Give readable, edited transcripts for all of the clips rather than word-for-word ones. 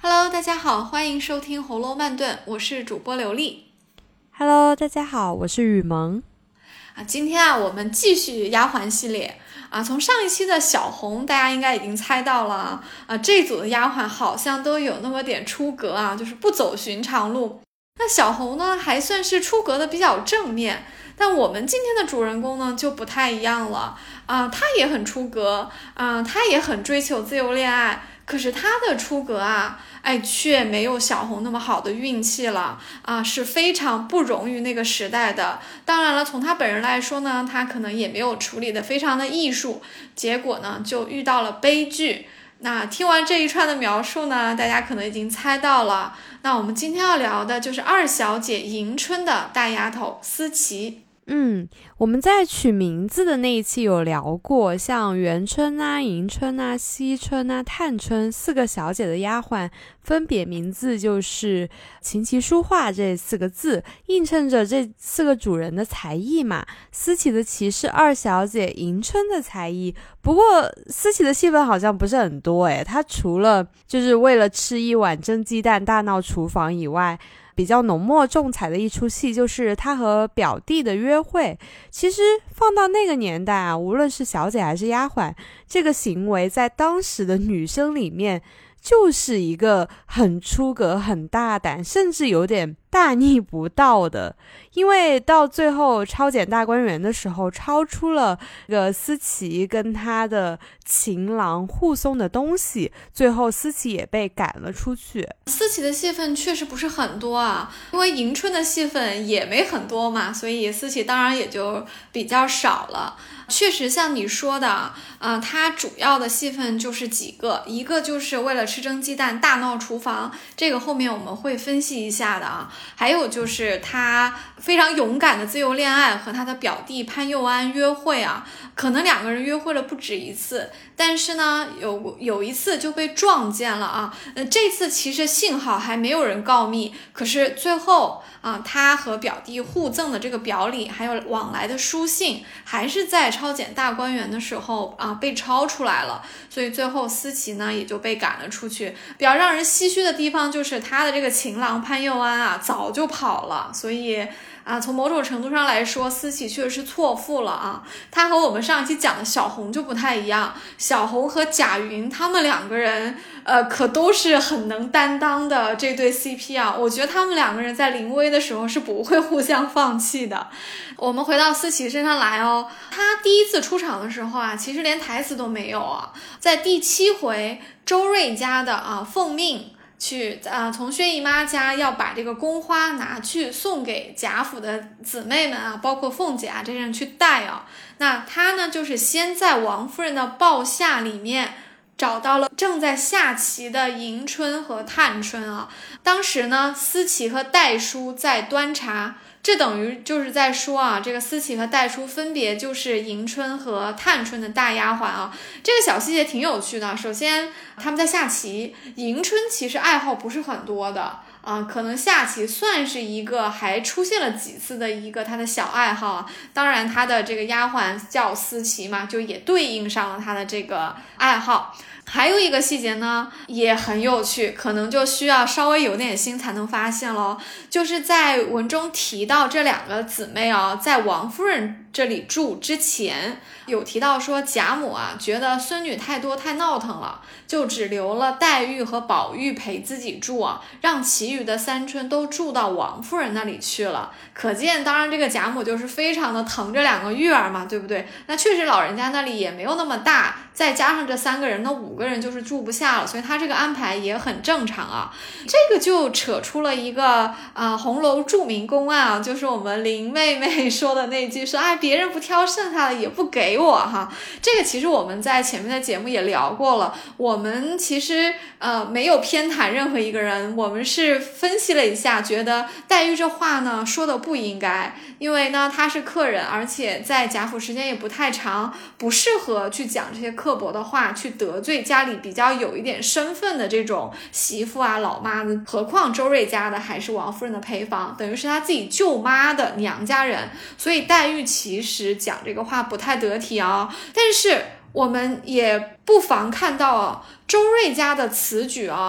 Hello， 大家好，欢迎收听红楼慢炖，我是主播刘丽。 Hello， 大家好，我是雨萌。 今天我们继续丫鬟系列从上一期的小红，大家应该已经猜到了这组的丫鬟好像都有那么点出格就是不走寻常路。那小红呢，还算是出格的比较正面，但我们今天的主人公呢就不太一样了他也很出格他也很追求自由恋爱，可是他的出格却没有小红那么好的运气了是非常不容于那个时代的。当然了，从他本人来说呢，他可能也没有处理的非常的艺术，结果呢就遇到了悲剧。那听完这一串的描述呢，大家可能已经猜到了，那我们今天要聊的就是二小姐迎春的大丫头思琪。 我们在取名字的那一期有聊过，像元春迎春惜春探春四个小姐的丫鬟，分别名字就是琴棋书画这四个字，映衬着这四个主人的才艺嘛。思琪的琪是二小姐迎春的才艺，不过思琪的戏份好像不是很多她除了就是为了吃一碗蒸鸡蛋大闹厨房以外，比较浓墨重彩的一出戏就是他和表弟的约会。其实放到那个年代无论是小姐还是丫鬟，这个行为在当时的女生里面就是一个很出格、很大胆，甚至有点大逆不道的。因为到最后抄检大观园的时候，抄出了这个思琪跟他的情郎护送的东西，最后思琪也被赶了出去。 思琪的戏份确实不是很多因为迎春的戏份也没很多嘛，所以思琪当然也就比较少了。确实像你说的他主要的戏份就是几个，一个就是为了吃蒸鸡蛋大闹厨房，这个后面我们会分析一下的还有就是他非常勇敢的自由恋爱，和他的表弟潘佑安约会可能两个人约会了不止一次，但是呢有一次就被撞见了这次其实幸好还没有人告密，可是最后他和表弟互赠的这个表里还有往来的书信，还是在抄检大观园的时候被抄出来了，所以最后思琪呢也就被赶了出去。比较让人唏嘘的地方就是他的这个情郎潘佑安早就跑了，所以从某种程度上来说，思琪确实是错付了他和我们上一期讲的小红就不太一样，小红和贾云他们两个人可都是很能担当的这对 CP 我觉得他们两个人在临危的时候是不会互相放弃的。我们回到思琪身上来他第一次出场的时候其实连台词都没有在第7回周瑞家的奉命去从薛姨妈家要把这个宫花拿去送给贾府的姊妹们包括凤姐这些人去带那他呢就是先在王夫人的报下里面找到了正在下棋的迎春和探春当时呢思琪和黛叔在端茶，这等于就是在说这个思琪和黛叔分别就是迎春和探春的大丫鬟这个小细节挺有趣的。首先他们在下棋，迎春其实爱好不是很多的可能下棋算是一个还出现了几次的一个他的小爱好当然他的这个丫鬟叫思琪嘛，就也对应上了他的这个爱好。还有一个细节呢也很有趣，可能就需要稍微有点心才能发现咯，就是在文中提到这两个姊妹在王夫人这里住之前，有提到说贾母觉得孙女太多太闹腾了，就只留了黛玉和宝玉陪自己住让其余的三春都住到王夫人那里去了。可见当然这个贾母就是非常的疼这两个玉儿嘛，对不对？那确实老人家那里也没有那么大，再加上这3个人，那5个人就是住不下了，所以他这个安排也很正常这个就扯出了一个红楼著名公案就是我们林妹妹说的那句说别人不挑剩下的也不给我这个其实我们在前面的节目也聊过了，我们其实没有偏袒任何一个人，我们是分析了一下，觉得黛玉这话呢说的不应该，因为呢她是客人，而且在贾府时间也不太长，不适合去讲这些刻薄的话，去得罪家里比较有一点身份的这种媳妇老妈子，何况周瑞家的还是王夫人的陪房，等于是她自己舅妈的娘家人，所以黛玉其实讲这个话不太得体但是我们也不妨看到周瑞家的此举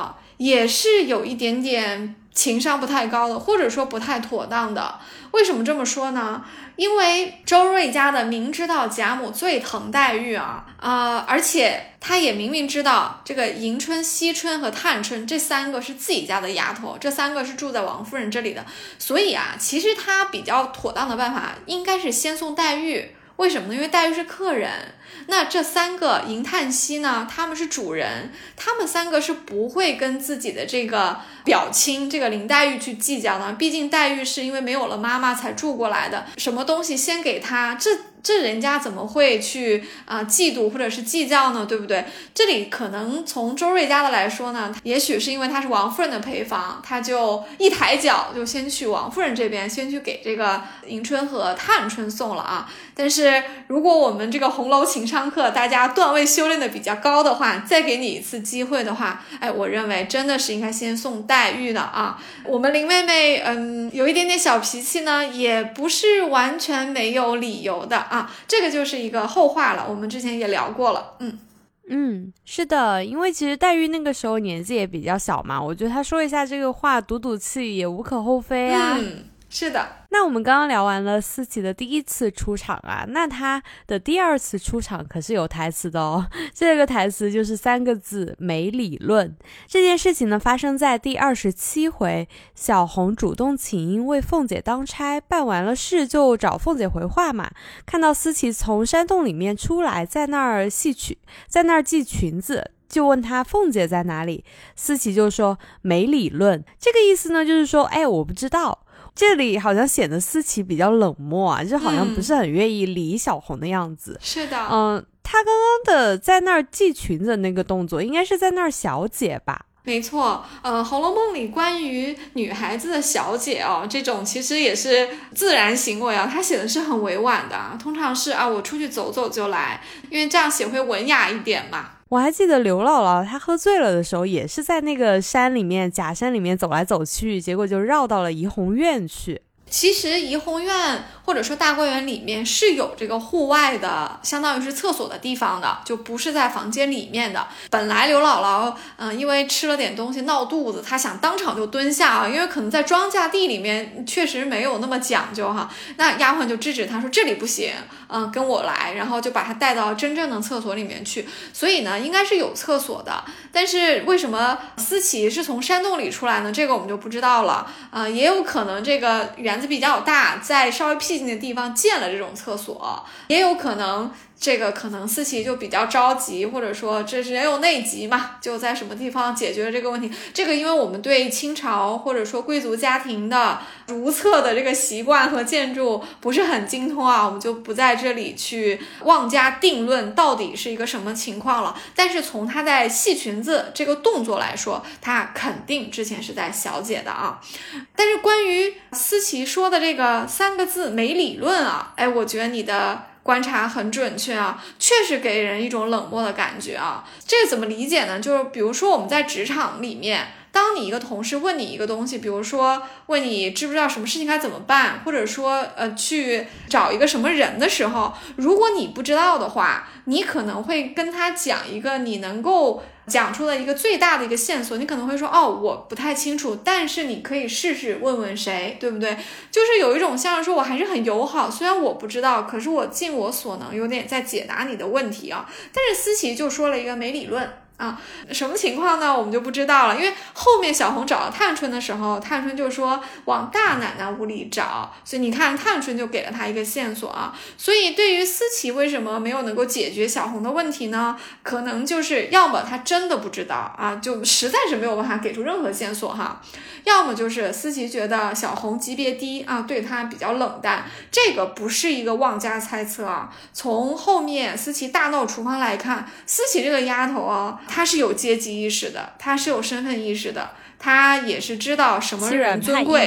也是有一点点情商不太高的，或者说不太妥当的。为什么这么说呢？因为周瑞家的明知道贾母最疼黛玉而且他也明明知道这个迎春、惜春和探春这3个是自己家的丫头，这3个是住在王夫人这里的，所以其实他比较妥当的办法应该是先送黛玉。为什么呢？因为黛玉是客人，那这3个迎、探、惜呢，他们是主人，他们3个是不会跟自己的这个表亲这个林黛玉去计较的，毕竟黛玉是因为没有了妈妈才住过来的，什么东西先给她，这人家怎么会去嫉妒或者是计较呢？对不对？这里可能从周瑞家的来说呢，也许是因为他是王夫人的陪房，他就一抬脚就先去王夫人这边，先去给这个迎春和探春送了但是如果我们这个红楼情商课大家段位修炼的比较高的话，再给你一次机会的话，我认为真的是应该先送黛玉的我们林妹妹有一点点小脾气呢，也不是完全没有理由的这个就是一个后话了，我们之前也聊过了。 是的，因为其实黛玉那个时候年纪也比较小嘛，我觉得她说一下这个话赌赌气也无可厚非是的。 那我们刚刚聊完了思琪的第1次出场那她的第2次出场可是有台词的这个台词就是3个字，没理论。这件事情呢发生在第27回，小红主动请缨为凤姐当差，办完了事就找凤姐回话嘛，看到思琪从山洞里面出来，在那儿系裙子，就问他凤姐在哪里，思琪就说没理论。这个意思呢就是说我不知道。这里好像显得思琪比较冷漠就好像不是很愿意理小红的样子。 是的。 他刚刚的在那儿系裙子的那个动作应该是在那儿小姐吧。 没错，《红楼梦》里关于女孩子的小姐这种其实也是自然行为它写的是很委婉的，通常是我出去走走就来，因为这样写会文雅一点嘛。 我还记得刘姥姥她喝醉了的时候也是在那个山里面假山里面走来走去，结果就绕到了怡红院去。 其实怡红院或者说大观园里面是有这个户外的相当于是厕所的地方的，就不是在房间里面的。本来刘姥姥因为吃了点东西闹肚子，她想当场就蹲下因为可能在庄稼地里面确实没有那么讲究那丫鬟就制止她说这里不行跟我来，然后就把她带到真正的厕所里面去。所以呢应该是有厕所的，但是为什么思琪是从山洞里出来呢？这个我们就不知道了也有可能这个园子比较大，在稍微僻静的地方建了这种厕所，也有可能这个可能思琪就比较着急，或者说这是人有内急嘛，就在什么地方解决了这个问题。这个因为我们对清朝或者说贵族家庭的如厕的这个习惯和建筑不是很精通我们就不在这里去妄加定论到底是一个什么情况了。但是从他在系裙子这个动作来说，他肯定之前是在小姐的但是关于思琪说的这个3个字没理论我觉得你的观察很准确确实给人一种冷漠的感觉这个怎么理解呢？就是比如说我们在职场里面，当你一个同事问你一个东西，比如说问你知不知道什么事情该怎么办，或者说去找一个什么人的时候，如果你不知道的话，你可能会跟他讲一个你能够讲出的一个最大的一个线索，你可能会说我不太清楚，但是你可以试试问问谁，对不对？就是有一种像是说我还是很友好，虽然我不知道，可是我尽我所能有点在解答你的问题但是思琪就说了一个没理论什么情况呢？我们就不知道了。因为后面小红找到探春的时候，探春就说往大奶奶屋里找，所以你看探春就给了他一个线索所以对于思琪为什么没有能够解决小红的问题呢？可能就是要么他真的不知道就实在是没有办法给出任何线索要么就是思琪觉得小红级别低对他比较冷淡，这个不是一个妄加猜测从后面思琪大闹厨房来看，思琪这个丫头她是有阶级意识的，她是有身份意识的，她也是知道什么人尊贵，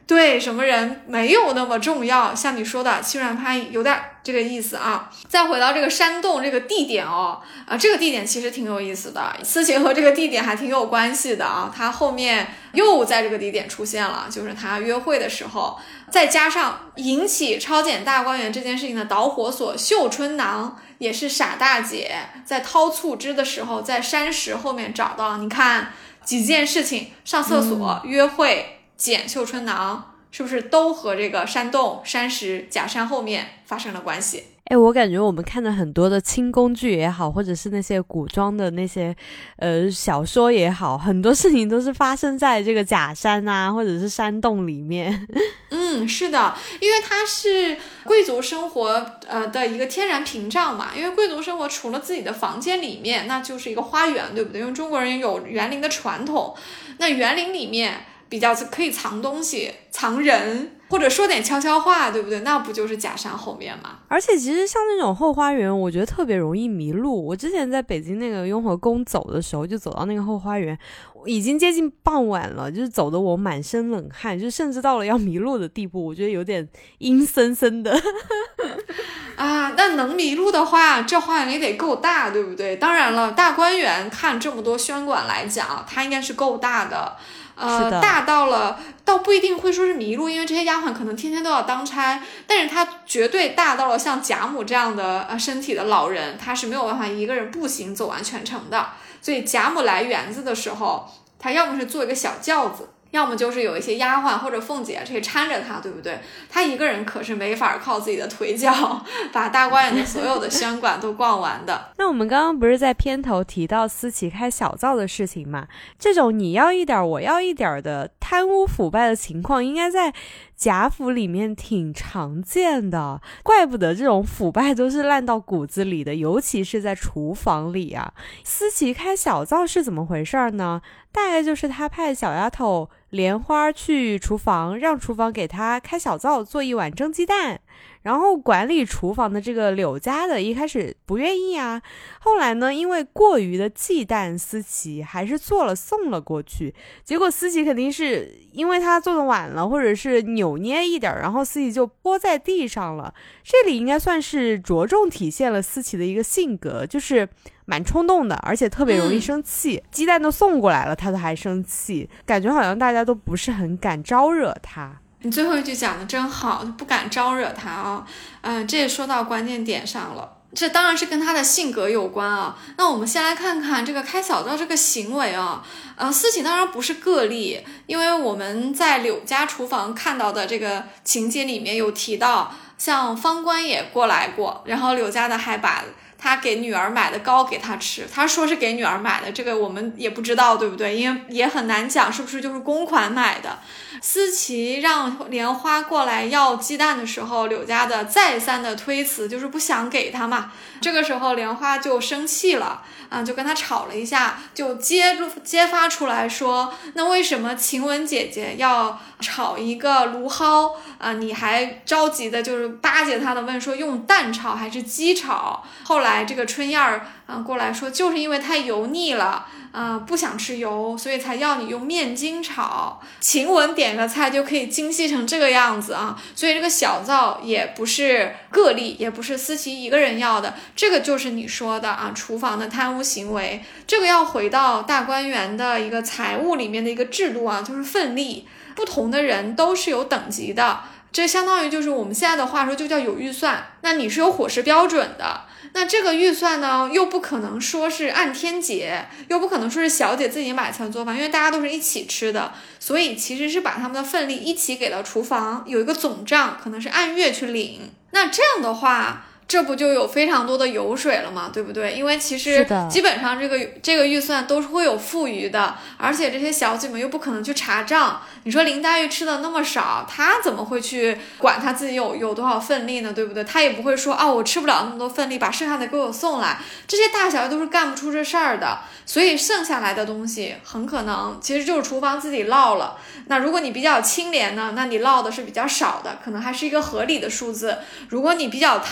对什么人没有那么重要，像你说的欺软怕硬有点这个意思啊。再回到这个山洞这个地点这个地点其实挺有意思的，思琪和这个地点还挺有关系的啊。他后面又在这个地点出现了，就是他约会的时候，再加上引起超检大观园这件事情的导火索绣春囊，也是傻大姐在掏醋汁的时候在山石后面找到。你看几件事情，上厕所、约会、捡绣春囊，是不是都和这个山洞、山石、假山后面发生了关系？ 我感觉我们看的很多的轻功剧也好，或者是那些古装的那些小说也好，很多事情都是发生在这个假山啊或者是山洞里面。 是的，因为它是贵族生活的一个天然屏障嘛。因为贵族生活除了自己的房间里面，那就是一个花园，对不对？因为中国人有园林的传统，那园林里面比较可以藏东西、藏人，或者说点悄悄话，对不对？那不就是假山后面吗？ 而且其实像那种后花园，我觉得特别容易迷路。我之前在北京那个雍和宫走的时候，就走到那个后花园，已经接近傍晚了，就是走得我满身冷汗，就甚至到了要迷路的地步，我觉得有点阴森森的。 那能迷路的话，这花园也得够大，对不对？当然了，大观园看这么多轩馆来讲，它应该是够大的。大到了倒不一定会说是迷路，因为这些丫鬟可能天天都要当差，但是他绝对大到了像贾母这样的身体的老人，他是没有办法一个人步行走完全程的。所以贾母来园子的时候，他要么是坐一个小轿子，要么就是有一些丫鬟或者凤姐这些搀着他，对不对？他一个人可是没法靠自己的腿脚把大观园的所有的轩馆都逛完的。 那我们刚刚不是在片头提到思琪开小灶的事情吗？这种你要一点我要一点的贪污腐败的情况，应该在贾府里面挺常见的，怪不得这种腐败都是烂到骨子里的，尤其是在厨房里啊。思琪开小灶是怎么回事呢？大概就是他派小丫头莲花去厨房，让厨房给他开小灶做一碗蒸鸡蛋。然后管理厨房的这个柳家的一开始不愿意啊，后来呢，因为过于的忌惮思琪，还是做了送了过去。结果思琪肯定是因为他做的晚了，或者是扭捏一点，然后思琪就泼在地上了。这里应该算是着重体现了思琪的一个性格，就是蛮冲动的，而且特别容易生气。鸡蛋都送过来了，他都还生气，感觉好像大家都不是很敢招惹他。 你最后一句讲的真好，不敢招惹他啊。这也说到关键点上了，这当然是跟他的性格有关啊。那我们先来看看这个开小灶这个行为啊。思琪当然不是个例，因为我们在柳家厨房看到的这个情节里面有提到，像方官也过来过，然后柳家的还把他给女儿买的糕给他吃，他说是给女儿买的，这个我们也不知道，对不对？因为也很难讲是不是就是公款买的。思琪让莲花过来要鸡蛋的时候，柳家的再三的推辞，就是不想给他嘛。这个时候莲花就生气了就跟他吵了一下，就揭发出来说，那为什么晴雯姐姐要炒一个芦蒿你还着急的就是巴结他的问说用蛋炒还是鸡炒。后来这个春燕儿过来说，就是因为太油腻了不想吃油，所以才要你用面筋炒。晴雯点个菜就可以精细成这个样子所以这个小灶也不是个例，也不是思琪一个人要的，这个就是你说的厨房的贪污行为。这个要回到大观园的一个财务里面的一个制度就是份例，不同的人都是有等级的，这相当于就是我们现在的话说就叫有预算，那你是有伙食标准的。那这个预算呢，又不可能说是按天结，又不可能说是小姐自己买菜做饭，因为大家都是一起吃的，所以其实是把他们的份例一起给到厨房，有一个总账，可能是按月去领。那这样的话，这不就有非常多的油水了吗？对不对？因为其实基本上这个预算都是会有富余的，而且这些小姐们又不可能去查账。你说林黛玉吃的那么少，她怎么会去管她自己有多少份例呢？对不对？她也不会说我吃不了那么多份例，把剩下的给我送来。这些大小都是干不出这事儿的，所以剩下来的东西很可能其实就是厨房自己落了。那如果你比较清廉呢，那你落的是比较少的，可能还是一个合理的数字。如果你比较贪污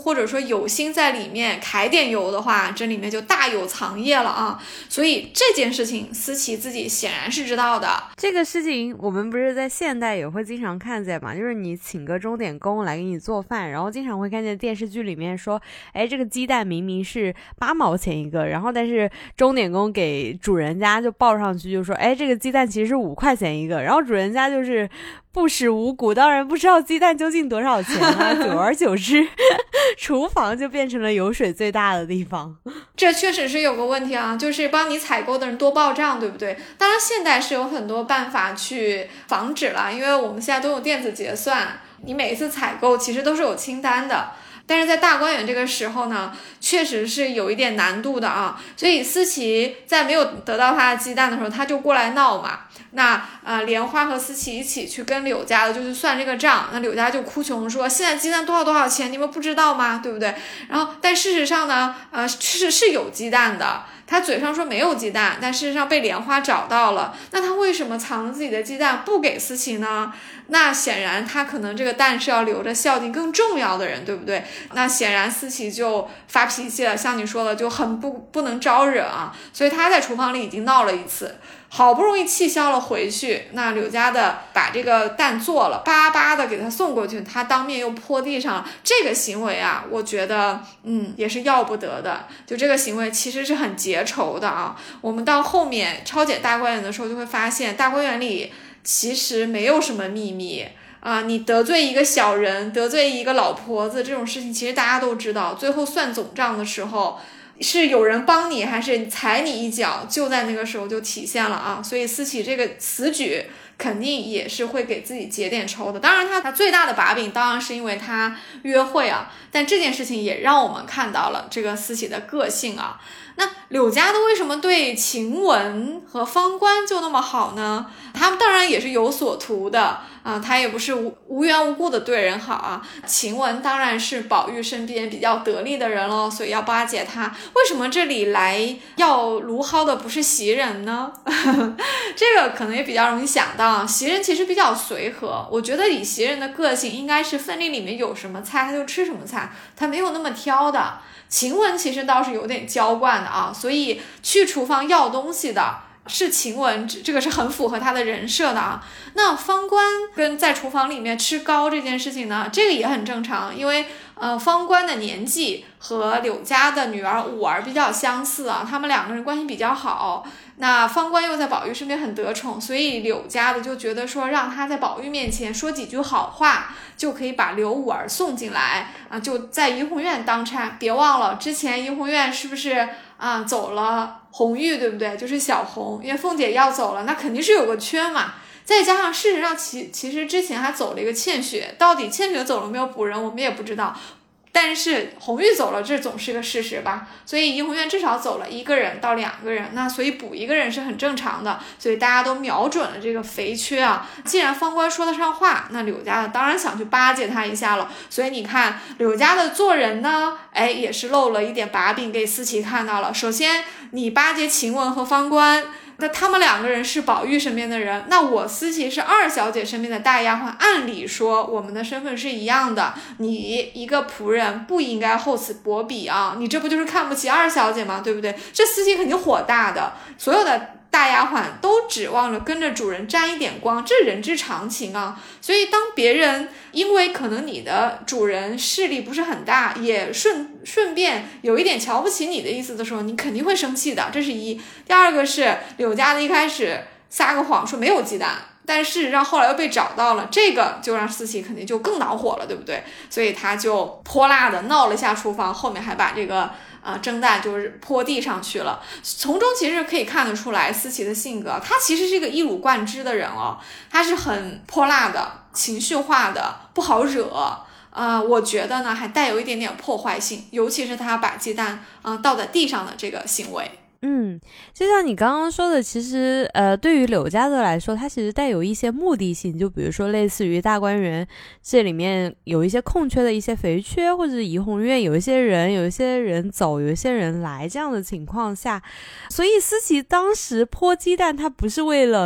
或者说有心在里面揩点油的话，这里面就大有藏掖了啊。所以这件事情思琪自己显然是知道的。 这个事情我们不是在现代也会经常看见嘛，就是你请个钟点工来给你做饭，然后经常会看见电视剧里面说，哎，这个鸡蛋明明是8毛钱一个，然后但是钟点工给主人家就报上去就说，哎，这个鸡蛋其实是5块钱一个，然后主人家就是不识五谷，当然不知道鸡蛋究竟多少钱啊。久而久之厨房就变成了油水最大的地方。 这确实是有个问题啊，就是帮你采购的人多报账，对不对？当然现在是有很多办法去防止了，因为我们现在都有电子结算，你每一次采购其实都是有清单的。但是在大观园这个时候呢，确实是有一点难度的啊。所以思琪在没有得到他的鸡蛋的时候，他就过来闹嘛。那莲花和思琪一起去跟柳家的就去算这个账，那柳家就哭穷说现在鸡蛋多少钱，你们不知道吗？对不对？然后但事实上呢，是有鸡蛋的。他嘴上说没有鸡蛋，但事实上被莲花找到了。那他为什么藏着自己的鸡蛋不给思琪呢？那显然他可能这个蛋是要留着孝敬更重要的人，对不对？那显然思琪就发脾气了，像你说的就很不能招惹啊。所以他在厨房里已经闹了一次，好不容易气消了回去，那柳家的把这个蛋做了，巴巴的给他送过去，他当面又泼地上，这个行为啊，我觉得也是要不得的。就这个行为其实是很结仇的啊。我们到后面超解大观园的时候就会发现，大观园里其实没有什么秘密啊，你得罪一个小人，得罪一个老婆子这种事情其实大家都知道，最后算总账的时候是有人帮你还是踩你一脚，就在那个时候就体现了啊。所以思琪这个此举肯定也是会给自己结点仇的。当然他最大的把柄当然是因为他约会啊，但这件事情也让我们看到了这个思琪的个性啊。那柳家的为什么对晴雯和方官就那么好呢？他们当然也是有所图的啊，他也不是无缘无故的对人好啊。晴雯当然是宝玉身边比较得力的人咯，所以要巴结他。为什么这里来要卢蒿的不是袭人呢？这个可能也比较容易想到，袭人其实比较随和，我觉得以袭人的个性应该是饭店里面有什么菜他就吃什么菜，他没有那么挑的。晴雯其实倒是有点娇惯的啊，所以去厨房要东西的是晴雯，这个是很符合她的人设的啊。那方官跟在厨房里面吃糕这件事情呢，这个也很正常，因为方官的年纪和柳家的女儿五儿比较相似啊，他们两个人关系比较好。那方官又在宝玉身边很得宠，所以柳家的就觉得说让他在宝玉面前说几句好话，就可以把柳五儿送进来啊，就在怡红院当差。别忘了之前怡红院是不是走了红玉，对不对？就是小红，因为凤姐要走了，那肯定是有个缺嘛。再加上事实上其实之前还走了一个倩雪，到底倩雪走了没有补人我们也不知道，但是红玉走了这总是个事实吧，所以怡红院至少走了1个人到2个人，那所以补1个人是很正常的，所以大家都瞄准了这个肥缺啊。既然方官说得上话，那柳家的当然想去巴结他一下了，所以你看柳家的做人呢，也是露了一点把柄给思琪看到了。首先你巴结晴雯和方官，那他们2个人是宝玉身边的人，那我思琪是二小姐身边的大丫鬟，按理说我们的身份是一样的，你一个仆人不应该厚此薄彼啊，你这不就是看不起二小姐吗？对不对？这思琪肯定火大的，所有的大丫鬟都指望着跟着主人沾一点光，这人之常情啊。所以当别人因为可能你的主人势力不是很大，也顺便有一点瞧不起你的意思的时候，你肯定会生气的，这是一。第二个是柳家的一开始撒个谎说没有鸡蛋，但事实上后来又被找到了，这个就让思琪肯定就更恼火了，对不对？所以他就泼辣的闹了一下厨房，后面还把这个蒸蛋就是泼地上去了。从中其实可以看得出来思琪的性格，他其实是一个一以贯之的人哦，他是很泼辣的，情绪化的，不好惹。我觉得呢还带有一点点破坏性，尤其是他把鸡蛋倒在地上的这个行为。 就像你刚刚说的，其实对于柳家的来说，它其实带有一些目的性，就比如说类似于大观园这里面有一些空缺的一些肥缺，或者怡红院有一些人走，有一些人来这样的情况下，所以思琪当时泼鸡蛋，他不是为了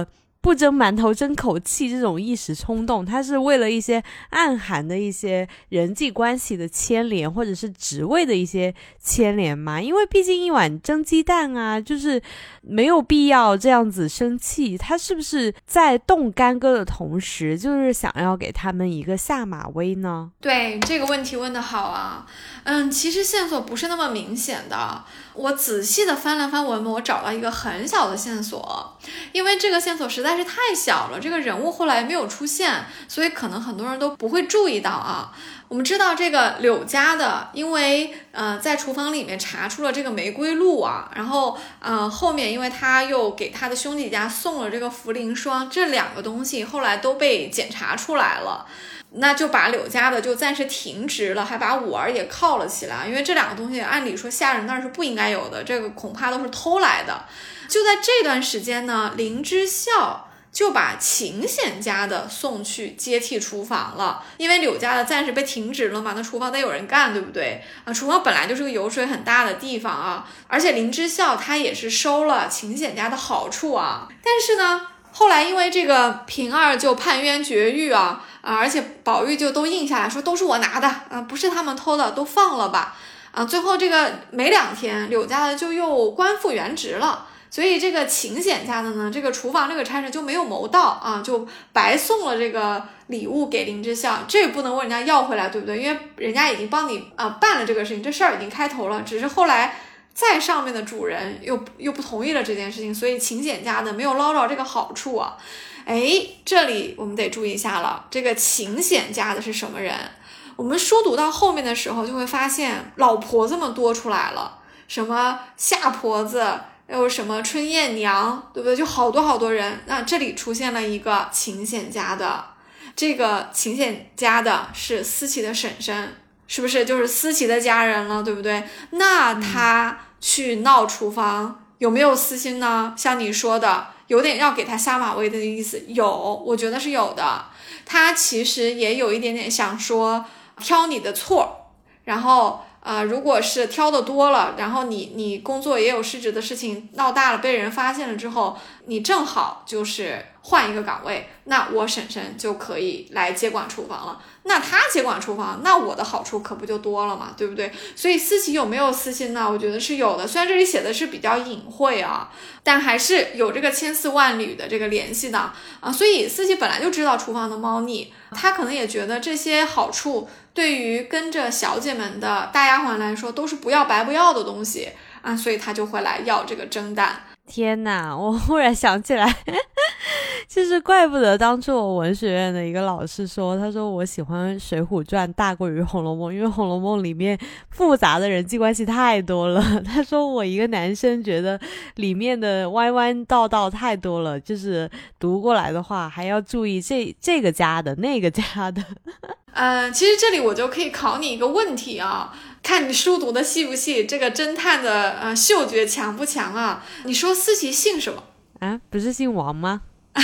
不争馒头争口气这种一时冲动，他是为了一些暗含的一些人际关系的牵连，或者是职位的一些牵连嘛。因为毕竟一碗蒸鸡蛋啊，就是没有必要这样子生气。他是不是在动干戈的同时，就是想要给他们一个下马威呢？ 对，这个问题问得好啊。其实线索不是那么明显的。我仔细的翻了翻文本，我找到一个很小的线索，因为这个线索实在是太小了，这个人物后来没有出现，所以可能很多人都不会注意到啊。我们知道这个柳家的，因为在厨房里面查出了这个玫瑰露啊，然后后面因为他又给他的兄弟家送了这个茯苓霜，这两个东西后来都被检查出来了。那就把柳家的就暂时停职了，还把五儿也铐了起来，因为这两个东西按理说下人那儿是不应该有的，这个恐怕都是偷来的。就在这段时间呢，林之孝就把秦显家的送去接替厨房了，因为柳家的暂时被停职了嘛，那厨房得有人干，对不对啊？厨房本来就是个油水很大的地方啊，而且林之孝他也是收了秦显家的好处啊。但是呢，后来因为这个平儿就判冤绝狱而且宝玉就都应下来说都是我拿的不是他们偷的，都放了吧最后这个没2天，柳家的就又官复原职了。所以这个秦显家的呢，这个厨房这个差事就没有谋到就白送了这个礼物给林之孝，这也不能问人家要回来，对不对？因为人家已经帮你办了这个事情，这事儿已经开头了，只是后来再上面的主人又不同意了这件事情，所以秦显家的没有捞着这个好处啊。这里我们得注意一下了，这个秦显家的是什么人？我们书读到后面的时候就会发现老婆子们多出来了，什么夏婆子，又什么春燕娘，对不对？就好多好多人。那这里出现了一个秦显家的，这个秦显家的是思琪的婶婶，是不是就是思琪的家人了，对不对？那他去闹厨房有没有私心呢？像你说的有点要给他下马威的意思，有，我觉得是有的。他其实也有一点点想说挑你的错，然后如果是挑的多了，然后你工作也有失职的事情闹大了，被人发现了之后，你正好就是换一个岗位，那我婶婶就可以来接管厨房了。那他接管厨房，那我的好处可不就多了嘛，对不对？所以思琪有没有私心呢？我觉得是有的，虽然这里写的是比较隐晦但还是有这个千丝万缕的这个联系的所以思琪本来就知道厨房的猫腻，他可能也觉得这些好处对于跟着小姐们的大丫鬟来说都是不要白不要的东西所以他就会来要这个蒸蛋。 天哪，我忽然想起来就是怪不得当初我文学院的一个老师说，他说我喜欢水浒传大过于红楼梦，因为红楼梦里面复杂的人际关系太多了。他说我一个男生觉得里面的弯弯道道太多了，就是读过来的话还要注意这个家的那个家的其实这里我就可以考你一个问题看你书读的细不细，这个侦探的嗅觉强不强你说思琪姓什么不是姓王吗？是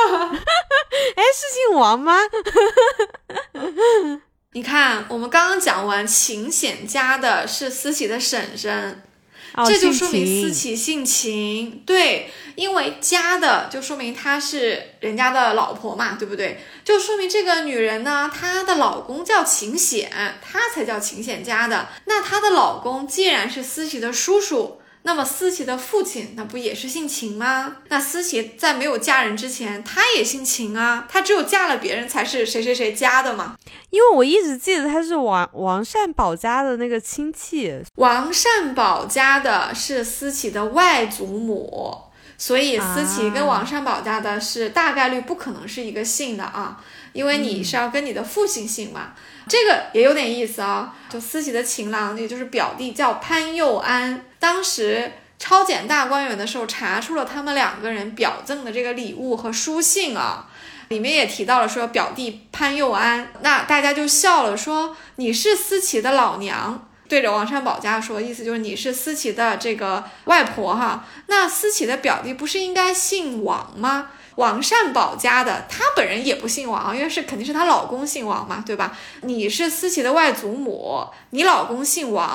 姓王吗？ 你看我们刚刚讲完秦显家的是思琪的婶婶这就说明思琪姓秦，对，因为家的就说明她是人家的老婆嘛，对不对？就说明这个女人呢，她的老公叫秦显，她才叫秦显家的。那她的老公既然是思琪的叔叔，那么思琪的父亲那不也是姓秦吗？那思琪在没有嫁人之前她也姓秦她只有嫁了别人才是谁谁谁家的嘛。 因为我一直记得他是王善保家的那个亲戚， 王善保家的是思琪的外祖母，所以思琪跟王善保家的是大概率不可能是一个姓的因为你是要跟你的父亲姓嘛。这个也有点意思就思琪的情郎也就是表弟叫潘佑安，当时抄检大观园的时候查出了他们2个人表赠的这个礼物和书信里面也提到了说表弟潘佑安，那大家就笑了，说你是思琪的老娘，对着王善保家说，意思就是你是思琪的这个外婆那思琪的表弟不是应该姓王吗？王善保家的他本人也不姓王，因为肯定是她老公姓王嘛，对吧？你是思琪的外祖母，你老公姓王，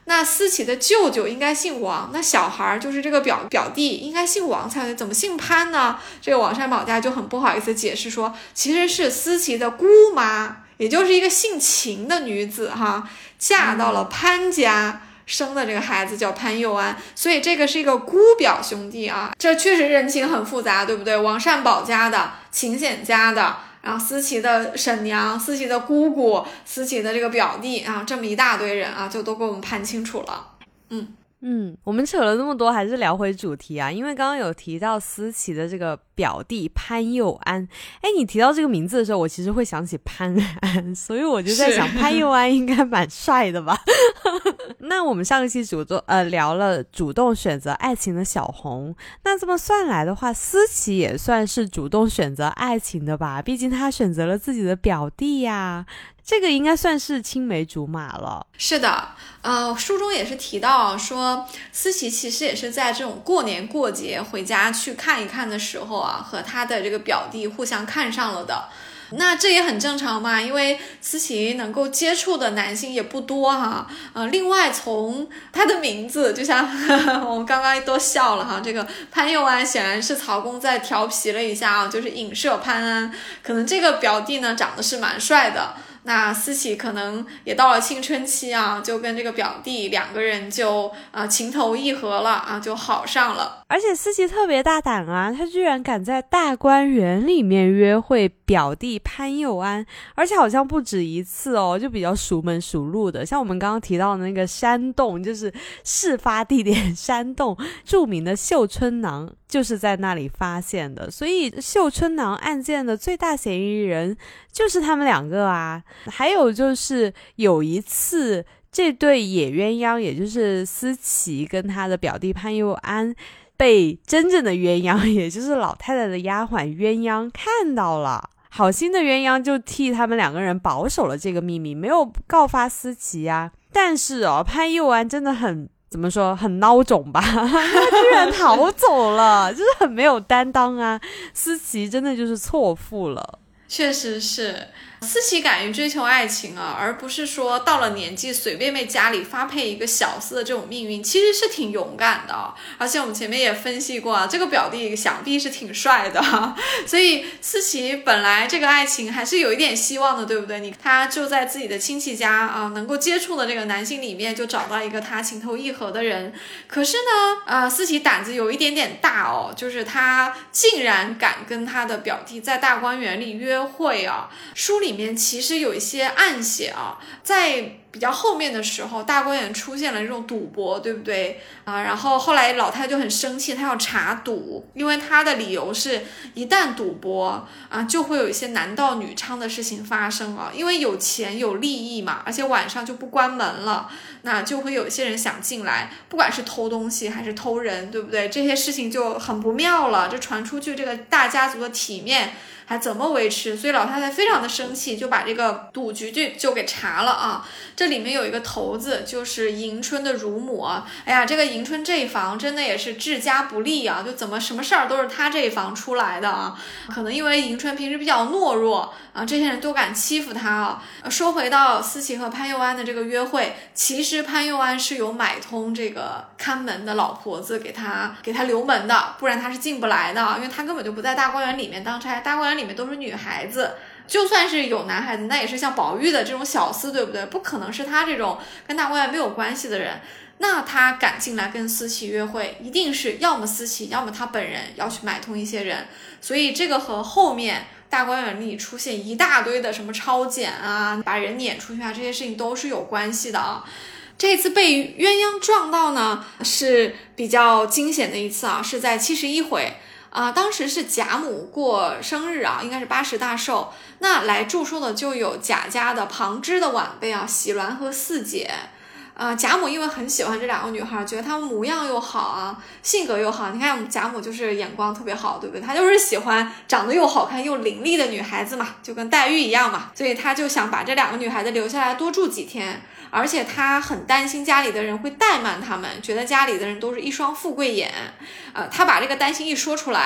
那思琪的舅舅应该姓王，那小孩就是这个表弟应该姓王才对，怎么姓潘呢？这个王善保家就很不好意思解释说，其实是思琪的姑妈，也就是一个姓秦的女子哈，嫁到了潘家，生的这个孩子叫潘佑安，所以这个是一个姑表兄弟啊，这确实人情很复杂，对不对？王善保家的、秦显家的，然后思琪的婶娘、思琪的姑姑、思琪的这个表弟啊，这么一大堆人啊，就都给我们盘清楚了。 我们扯了那么多，还是聊回主题啊，因为刚刚有提到思琪的这个表弟潘佑安，你提到这个名字的时候，我其实会想起潘安，所以我就在想潘佑安应该蛮帅的吧。那我们上一期聊了主动选择爱情的小红，那这么算来的话，思琪也算是主动选择爱情的吧，毕竟他选择了自己的表弟呀，这个应该算是青梅竹马了。 是的，书中也是提到说，思琪其实也是在这种过年过节回家去看一看的时候啊，和他的这个表弟互相看上了的。那这也很正常嘛，因为思琪能够接触的男性也不多哈。另外从他的名字，就像我们刚刚都笑了哈，这个潘佑安显然是曹公在调皮了一下啊，就是影射潘安，可能这个表弟呢长得是蛮帅的。那思琪可能也到了青春期啊，就跟这个表弟两个人就情投意合了啊，就好上了。 而且思琪特别大胆啊，他居然敢在大观园里面约会表弟潘佑安，而且好像不止一次哦，就比较熟门熟路的。像我们刚刚提到的那个山洞，就是事发地点山洞，著名的绣春囊就是在那里发现的，所以绣春囊案件的最大嫌疑人就是他们两个啊。还有就是有一次这对野鸳鸯，也就是思琪跟他的表弟潘佑安，被真正的鸳鸯，也就是老太太的丫鬟鸳鸯看到了，好心的鸳鸯就替他们两个人保守了这个秘密，没有告发思琪啊。但是潘佑安真的很怎么说，很孬种吧，他居然逃走了，就是很没有担当啊。思琪真的就是错付了。 确实是，思琪敢于追求爱情啊，而不是说到了年纪随便被家里发配一个小厮的这种命运，其实是挺勇敢的。而且我们前面也分析过啊，这个表弟想必是挺帅的，所以思琪本来这个爱情还是有一点希望的，对不对？他就在自己的亲戚家啊，能够接触的这个男性里面就找到一个他情投意合的人。可是呢，思琪胆子有一点点大哦，就是他竟然敢跟他的表弟在大观园里约会啊。书里面其实有一些暗写啊，在比较后面的时候，大观园出现了这种赌博，对不对啊？然后后来老太就很生气，她要查赌，因为她的理由是，一旦赌博啊，就会有一些男盗女娼的事情发生啊，因为有钱有利益嘛，而且晚上就不关门了，那就会有一些人想进来，不管是偷东西还是偷人，对不对？这些事情就很不妙了，这传出去，这个大家族的体面还怎么维持？所以老太太非常的生气，就把这个赌局就给查了啊。这里面有一个头子，就是迎春的乳母啊。哎呀，这个迎春这一房真的也是治家不利啊，就怎么什么事儿都是他这一房出来的啊。可能因为迎春平时比较懦弱啊，这些人都敢欺负他啊。说回到思琪和潘佑安的这个约会，其实潘佑安是有买通这个看门的老婆子给他留门的，不然他是进不来的，因为他根本就不在大观园里面当差，大观园里面都是女孩子。就算是有男孩子，那也是像宝玉的这种小厮，对不对？不可能是他这种跟大观园没有关系的人。那他敢进来跟思琪约会，一定是要么思琪，要么他本人要去买通一些人。所以这个和后面大观园里出现一大堆的什么超检啊，把人撵出去啊，这些事情都是有关系的啊。这次被鸳鸯撞到呢，是比较惊险的一次啊，是在71回。当时是贾母过生日啊，应该是80大寿。那来祝寿的就有贾家的旁支的晚辈啊，喜鸾和四姐。贾母因为很喜欢这两个女孩，觉得她们模样又好啊，性格又好。你看我们贾母就是眼光特别好，对不对？她就是喜欢长得又好看又伶俐的女孩子嘛，就跟黛玉一样嘛。所以她就想把这两个女孩子留下来多住几天。而且她很担心家里的人会怠慢他们，觉得家里的人都是一双富贵眼。她把这个担心一说出来，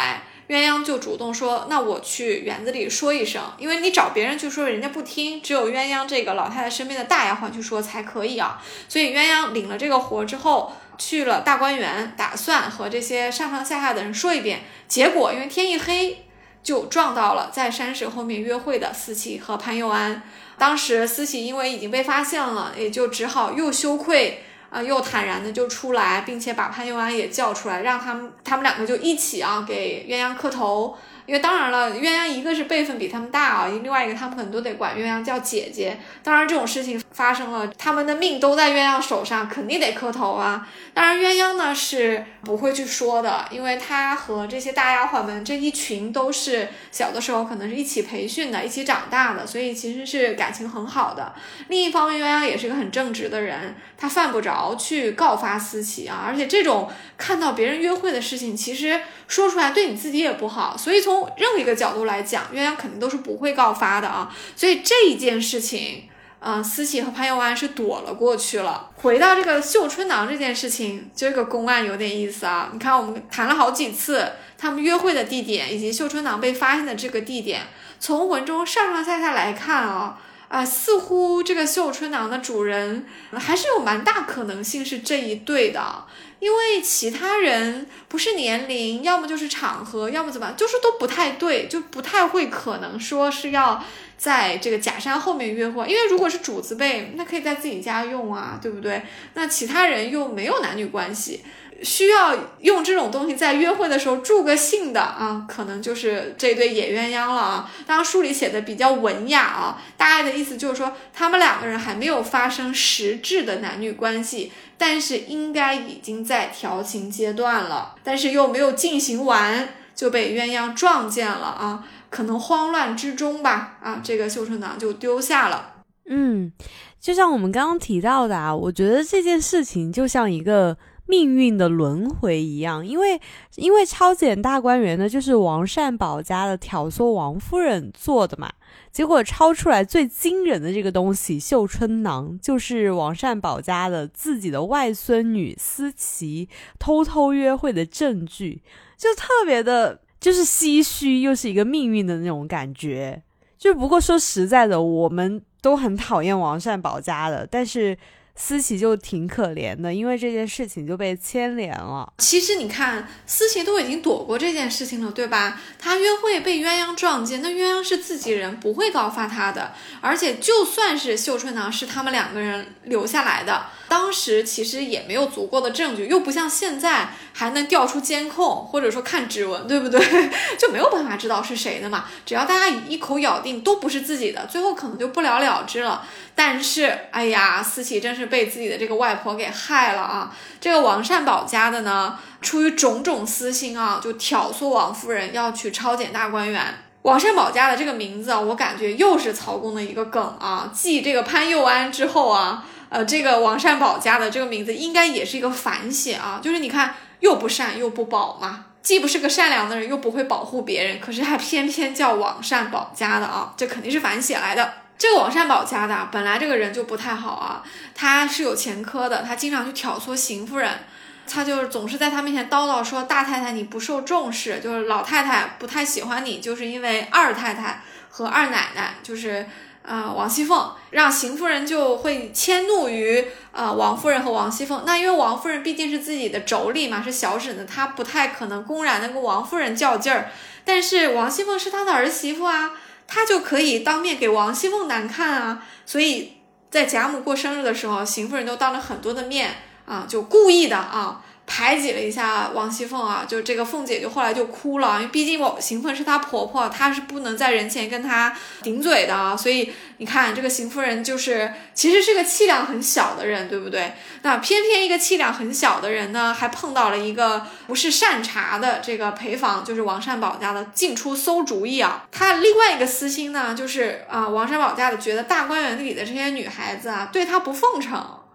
鸳鸯就主动说，那我去园子里说一声，因为你找别人去说人家不听，只有鸳鸯这个老太太身边的大丫鬟去说才可以啊。所以鸳鸯领了这个活之后去了大观园，打算和这些上上下下的人说一遍，结果因为天一黑就撞到了在山石后面约会的司棋和潘佑安。当时司棋因为已经被发现了，也就只好又羞愧又坦然的就出来，并且把潘佑安也叫出来，让他们两个就一起给鸳鸯磕头。因为当然了，鸳鸯一个是辈分比他们大另外一个他们可能都得管鸳鸯叫姐姐。当然这种事情发生了，他们的命都在鸳鸯手上，肯定得磕头啊。当然鸳鸯呢是不会去说的，因为他和这些大丫鬟们这一群都是小的时候可能是一起培训的，一起长大的，所以其实是感情很好的。另一方面鸳鸯也是个很正直的人，他犯不着去告发司棋而且这种看到别人约会的事情其实说出来对你自己也不好，所以从任何一个角度来讲，鸳鸯肯定都是不会告发的所以这一件事情司棋和潘佑安是躲了过去了。回到这个绣春囊这件事情，这个公案有点意思你看我们谈了好几次他们约会的地点以及绣春囊被发现的这个地点，从文中上上下下来看似乎这个绣春囊的主人还是有蛮大可能性是这一对的，因为其他人不是年龄，要么就是场合，要么怎么就是都不太对，就不太会可能说是要在这个假山后面约会。因为如果是主子辈，那可以在自己家用对不对？那其他人又没有男女关系，需要用这种东西在约会的时候助个兴的可能就是这对野鸳鸯了当然书里写的比较文雅大概的意思就是说他们两个人还没有发生实质的男女关系，但是应该已经在调情阶段了，但是又没有进行完就被鸳鸯撞见了可能慌乱之中吧这个绣春囊就丢下了。 就像我们刚刚提到的我觉得这件事情就像一个命运的轮回一样，因为抄检大观园呢就是王善保家的挑唆王夫人做的嘛，结果抄出来最惊人的这个东西绣春囊就是王善保家的自己的外孙女思琪偷偷约会的证据，就特别的就是唏嘘，又是一个命运的那种感觉。就不过说实在的，我们都很讨厌王善保家的，但是思琪就挺可怜的，因为这件事情就被牵连了。 其实你看思琪都已经躲过这件事情了，对吧？他约会被鸳鸯撞见，那鸳鸯是自己人，不会告发他的。而且就算是绣春囊是他们两个人留下来的，当时其实也没有足够的证据，又不像现在还能调出监控或者说看指纹，对不对？就没有办法知道是谁的嘛，只要大家一口咬定都不是自己的，最后可能就不了了之了。但是哎呀，思琪真是被自己的这个外婆给害了这个王善保家的呢，出于种种私心就挑唆王夫人要去抄检大观园。王善保家的这个名字我感觉又是曹公的一个梗继这个潘佑安之后这个王善保家的这个名字应该也是一个反写就是你看又不善又不保嘛，既不是个善良的人，又不会保护别人，可是还偏偏叫王善保家的这肯定是反写来的。这个王善保家的本来这个人就不太好他是有前科的，他经常去挑唆邢夫人，他就是总是在他面前叨叨说大太太你不受重视，就是老太太不太喜欢你，就是因为二太太和二奶奶就是王熙凤，让邢夫人就会迁怒于王夫人和王熙凤。那因为王夫人毕竟是自己的妯娌嘛，是小婶子，她不太可能公然的跟王夫人较劲儿，但是王熙凤是她的儿媳妇她就可以当面给王熙凤难看所以在贾母过生日的时候，邢夫人都当着很多的面就故意的排挤了一下王熙凤就这个凤姐就后来就哭了，因为毕竟邢夫人是她婆婆，她是不能在人前跟她顶嘴的所以你看这个邢夫人就是其实是个气量很小的人，对不对？那偏偏一个气量很小的人呢，还碰到了一个不是善茬的这个陪房，就是王善保家的进出馊主意他另外一个私心呢，就是王善保家的觉得大观园里的这些女孩子对他不奉承，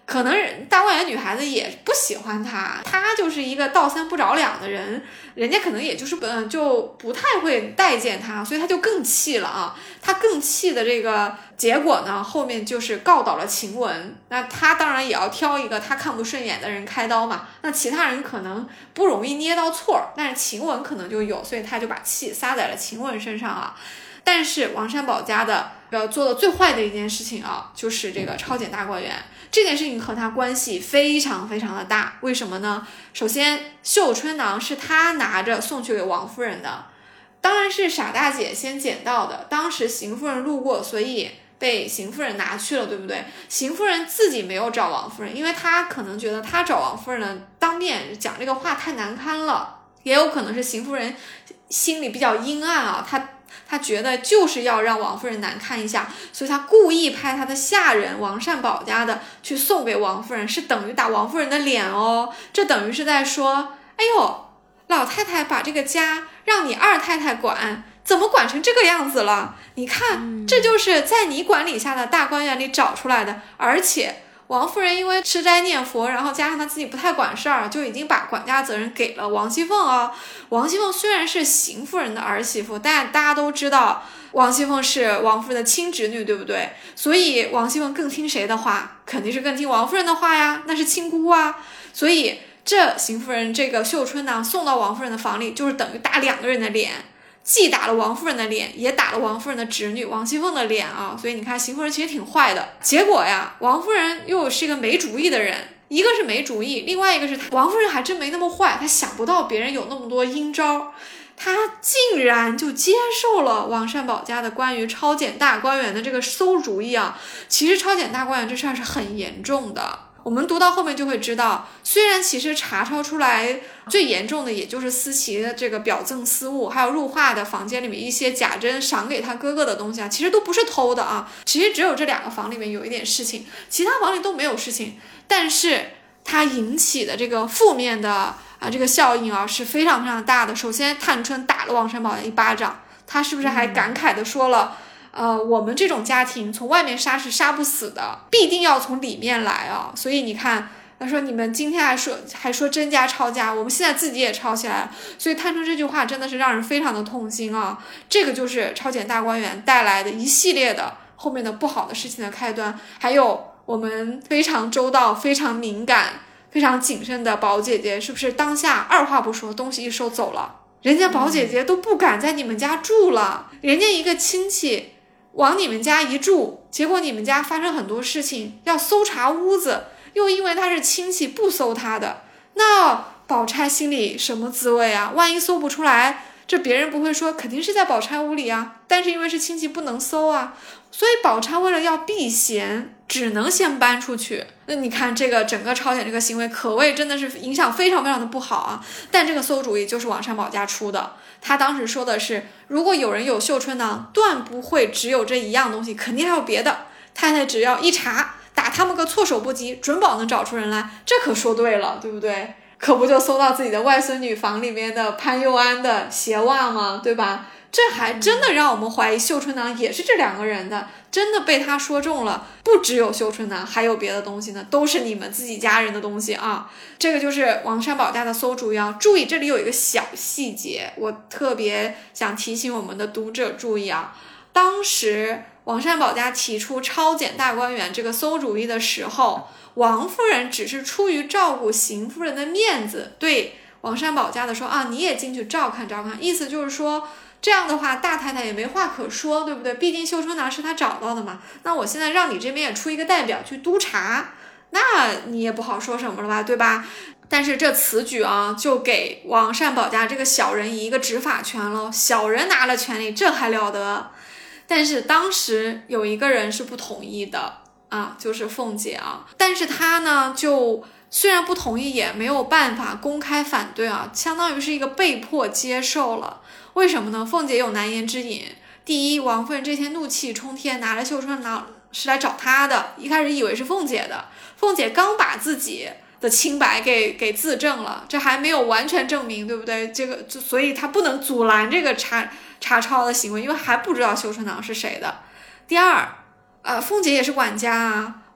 可能大观园女孩子也不喜欢他，他就是一个倒三不着两的人，人家可能也就是就不太会待见他，所以他就更气了啊。他更气的这个结果呢，后面就是告倒了晴雯。那他当然也要挑一个他看不顺眼的人开刀嘛，那其他人可能不容易捏到错，但是晴雯可能就有，所以他就把气撒在了晴雯身上啊。但是王善保家的做的最坏的一件事情啊，就是这个抄检大观园。这件事情和他关系非常非常的大，为什么呢？首先，绣春囊是他拿着送去给王夫人的，当然是傻大姐先捡到的。当时邢夫人路过，所以被邢夫人拿去了，对不对？邢夫人自己没有找王夫人，因为她可能觉得她找王夫人呢，当面讲这个话太难堪了，也有可能是邢夫人心里比较阴暗啊，他觉得就是要让王夫人难看一下，所以他故意派他的下人王善保家的去送给王夫人，是等于打王夫人的脸哦。这等于是在说，哎呦，老太太把这个家让你二太太管，怎么管成这个样子了？你看，这就是在你管理下的大观园里找出来的。而且王夫人因为吃斋念佛，然后加上她自己不太管事儿，就已经把管家责任给了王熙凤啊。王熙凤虽然是邢夫人的儿媳妇，但大家都知道王熙凤是王夫人的亲侄女，对不对？所以王熙凤更听谁的话？肯定是更听王夫人的话呀，那是亲姑啊。所以这邢夫人这个绣春囊送到王夫人的房里，就是等于打两个人的脸，既打了王夫人的脸，也打了王夫人的侄女王熙凤的脸啊。所以你看邢夫人其实挺坏的。结果呀，王夫人又是一个没主意的人，一个是没主意，另外一个是王夫人还真没那么坏，她想不到别人有那么多阴招，她竟然就接受了王善保家的关于抄检大观园的这个馊主意啊。其实抄检大观园这事儿是很严重的，我们读到后面就会知道，虽然其实查抄出来最严重的也就是思琪的这个表赠私物，还有入画的房间里面一些贾珍赏给他哥哥的东西啊，其实都不是偷的啊。其实只有这两个房里面有一点事情，其他房里都没有事情，但是它引起的这个负面的这个效应啊是非常非常大的。首先探春打了王善保一巴掌，他是不是还感慨的说了我们这种家庭从外面杀是杀不死的，必定要从里面来啊！所以你看，他说你们今天还说甄家抄家，我们现在自己也抄起来了。所以探春这句话真的是让人非常的痛心啊！这个就是抄检大观园带来的一系列的后面的不好的事情的开端。还有我们非常周到、非常敏感、非常谨慎的宝姐姐，是不是当下二话不说，东西一收走了？人家宝姐姐都不敢在你们家住了，人家一个亲戚往你们家一住，结果你们家发生很多事情，要搜查屋子，又因为他是亲戚不搜他的，那宝钗心里什么滋味啊？万一搜不出来，这别人不会说肯定是在宝钗屋里啊，但是因为是亲戚不能搜啊，所以宝钗为了要避嫌，只能先搬出去。那你看这个整个抄检这个行为可谓真的是影响非常非常的不好啊。但这个馊主意就是王善保家出的，他当时说的是，如果有人有绣春囊，断不会只有这一样东西，肯定还有别的，太太只要一查，打他们个措手不及，准保能找出人来。这可说对了，对不对？可不就搜到自己的外孙女房里面的潘佑安的鞋袜吗？对吧？这还真的让我们怀疑绣春囊也是这两个人的，真的被他说中了，不只有绣春囊，还有别的东西呢，都是你们自己家人的东西啊。这个就是王善保家的馊主意啊。注意这里有一个小细节，我特别想提醒我们的读者注意啊。当时王善保家提出抄检大观园这个馊主意的时候，王夫人只是出于照顾邢夫人的面子，对王善保家的说你也进去照看照看，意思就是说这样的话大太太也没话可说，对不对？毕竟绣春囊是她找到的嘛，那我现在让你这边也出一个代表去督查，那你也不好说什么了吧，对吧？但是这此举就给王善保家这个小人以一个执法权了，小人拿了权力，这还了得？但是当时有一个人是不同意的就是凤姐啊，但是她呢就虽然不同意，也没有办法公开反对相当于是一个被迫接受了。为什么呢？凤姐有难言之隐。第一，王夫人这天怒气冲天，拿了绣春囊是来找她的，一开始以为是凤姐的，凤姐刚把自己的清白给自证了，这还没有完全证明，对不对？这个所以她不能阻拦这个查抄的行为，因为还不知道绣春囊是谁的。第二，凤姐也是管家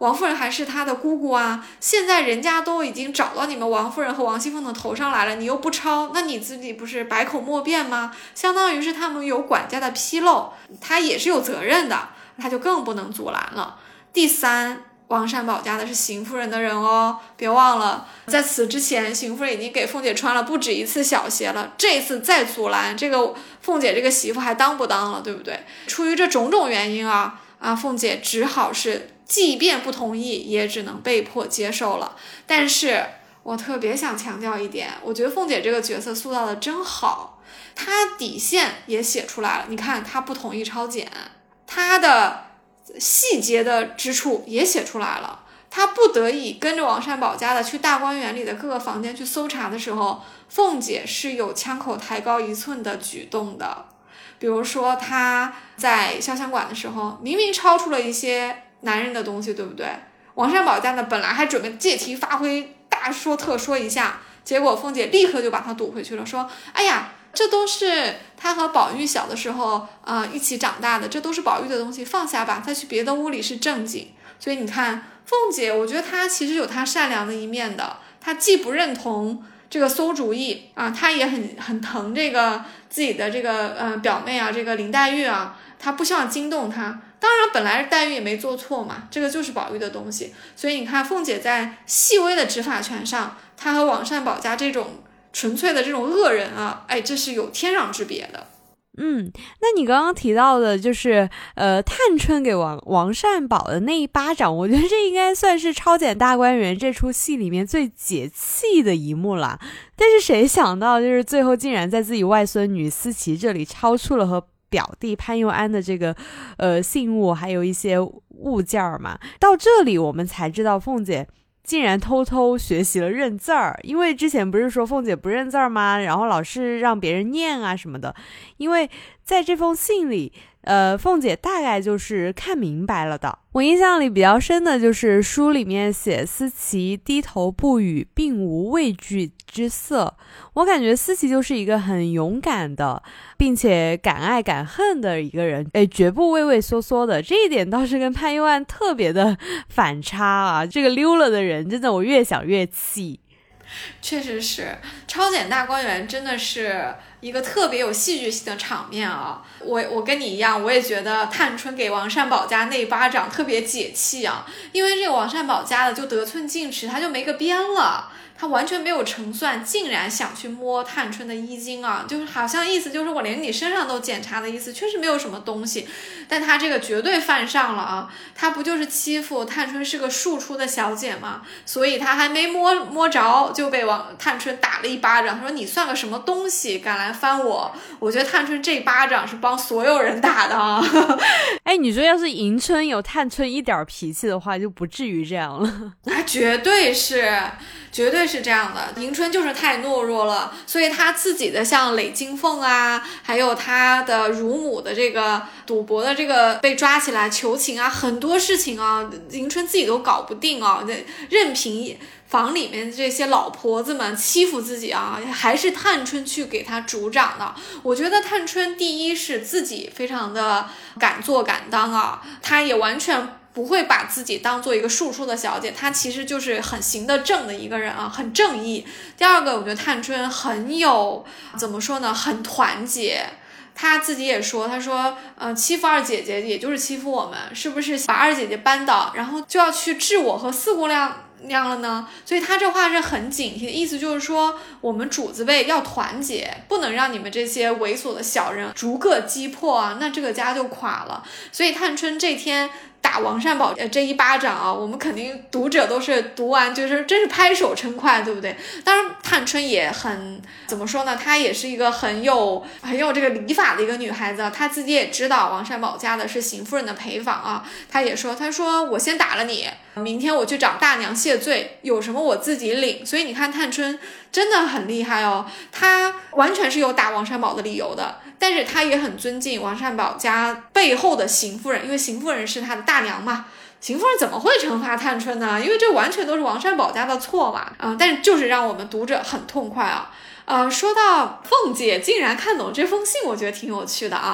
王夫人还是他的姑姑啊，现在人家都已经找到你们王夫人和王熙凤的头上来了，你又不抄，那你自己不是百口莫辩吗？相当于是他们有管家的纰漏，他也是有责任的，他就更不能阻拦了。第三，王善保家的是邢夫人的人哦，别忘了，在此之前，邢夫人已经给凤姐穿了不止一次小鞋了，这次再阻拦，这个凤姐这个媳妇还当不当了，对不对？出于这种种原因凤姐只好是即便不同意，也只能被迫接受了。但是我特别想强调一点，我觉得凤姐这个角色塑造的真好，她底线也写出来了。你看，她不同意抄检，她的细节的之处也写出来了。她不得已跟着王善保家的去大观园里的各个房间去搜查的时候，凤姐是有枪口抬高1寸的举动的。比如说她在潇湘馆的时候，明明抄出了一些男人的东西，对不对？王善保家呢本来还准备借题发挥，大说特说一下，结果凤姐立刻就把他堵回去了，说哎呀，这都是他和宝玉小的时候一起长大的，这都是宝玉的东西，放下吧，再去别的屋里是正经。所以你看凤姐，我觉得她其实有她善良的一面的，她既不认同这个馊主意她也很疼这个自己的这个表妹这个林黛玉她不希望惊动她。当然本来黛玉也没做错嘛，这个就是宝玉的东西。所以你看凤姐在细微的执法权上，她和王善保家这种纯粹的这种恶人这是有天壤之别的。 那你刚刚提到的就是探春给王善保的那一巴掌，我觉得这应该算是抄检大观园这出戏里面最解气的一幕啦。但是谁想到就是最后竟然在自己外孙女思琪这里抄出了和表弟潘佑安的这个信物，还有一些物件嘛。到这里我们才知道凤姐竟然偷偷学习了认字儿，因为之前不是说凤姐不认字儿吗？然后老是让别人念什么的。因为在这封信里凤姐大概就是看明白了的。我印象里比较深的就是书里面写思琪低头不语，并无畏惧之色。我感觉思琪就是一个很勇敢的，并且敢爱敢恨的一个人，绝不畏畏缩缩的。这一点倒是跟潘佑安特别的反差这个溜了的人真的我越想越气。 确实是抄检大观园真的是一个特别有戏剧性的场面我跟你一样，我也觉得探春给王善保家那一巴掌特别解气因为这个王善保家的就得寸进尺，他就没个边了，他完全没有成算，竟然想去摸探春的衣襟就是好像意思就是我连你身上都检查的意思，确实没有什么东西，但他这个绝对犯上了他不就是欺负探春是个庶出的小姐吗？所以他还没摸着就被探春打了一巴掌，他说你算个什么东西，敢来翻我。我觉得探春这巴掌是帮所有人打的你说要是迎春有探春一点脾气的话，就不至于这样了绝对是这样的。迎春就是太懦弱了，所以她自己的像累金凤还有她的乳母的这个赌博的这个被抓起来求情很多事情迎春自己都搞不定任凭房里面这些老婆子们欺负自己还是探春去给她主掌的。我觉得探春第一是自己非常的敢做敢当她也完全不会把自己当做一个庶出的小姐，她其实就是很行得正的一个人很正义。第二个，我觉得探春很有怎么说呢，很团结。她自己也说，她说欺负二姐姐也就是欺负我们，是不是把二姐姐扳倒，然后就要去治我和四姑娘了呢？所以她这话是很警惕的，意思就是说我们主子辈要团结，不能让你们这些猥琐的小人逐个击破那这个家就垮了。所以探春这天打王善保这一巴掌我们肯定读者都是读完就是真是拍手称快，对不对？当然探春也很怎么说呢，她也是一个很有这个礼法的一个女孩子，她自己也知道王善保家的是邢夫人的陪房她也说，她说我先打了你，明天我去找大娘谢罪，有什么我自己领。所以你看探春真的很厉害她完全是有打王善保的理由的，但是她也很尊敬王善保家背后的邢夫人，因为邢夫人是她的大娘嘛，邢夫人怎么会惩罚探春呢？因为这完全都是王善保家的错嘛但是就是让我们读者很痛快说到凤姐竟然看懂这封信，我觉得挺有趣的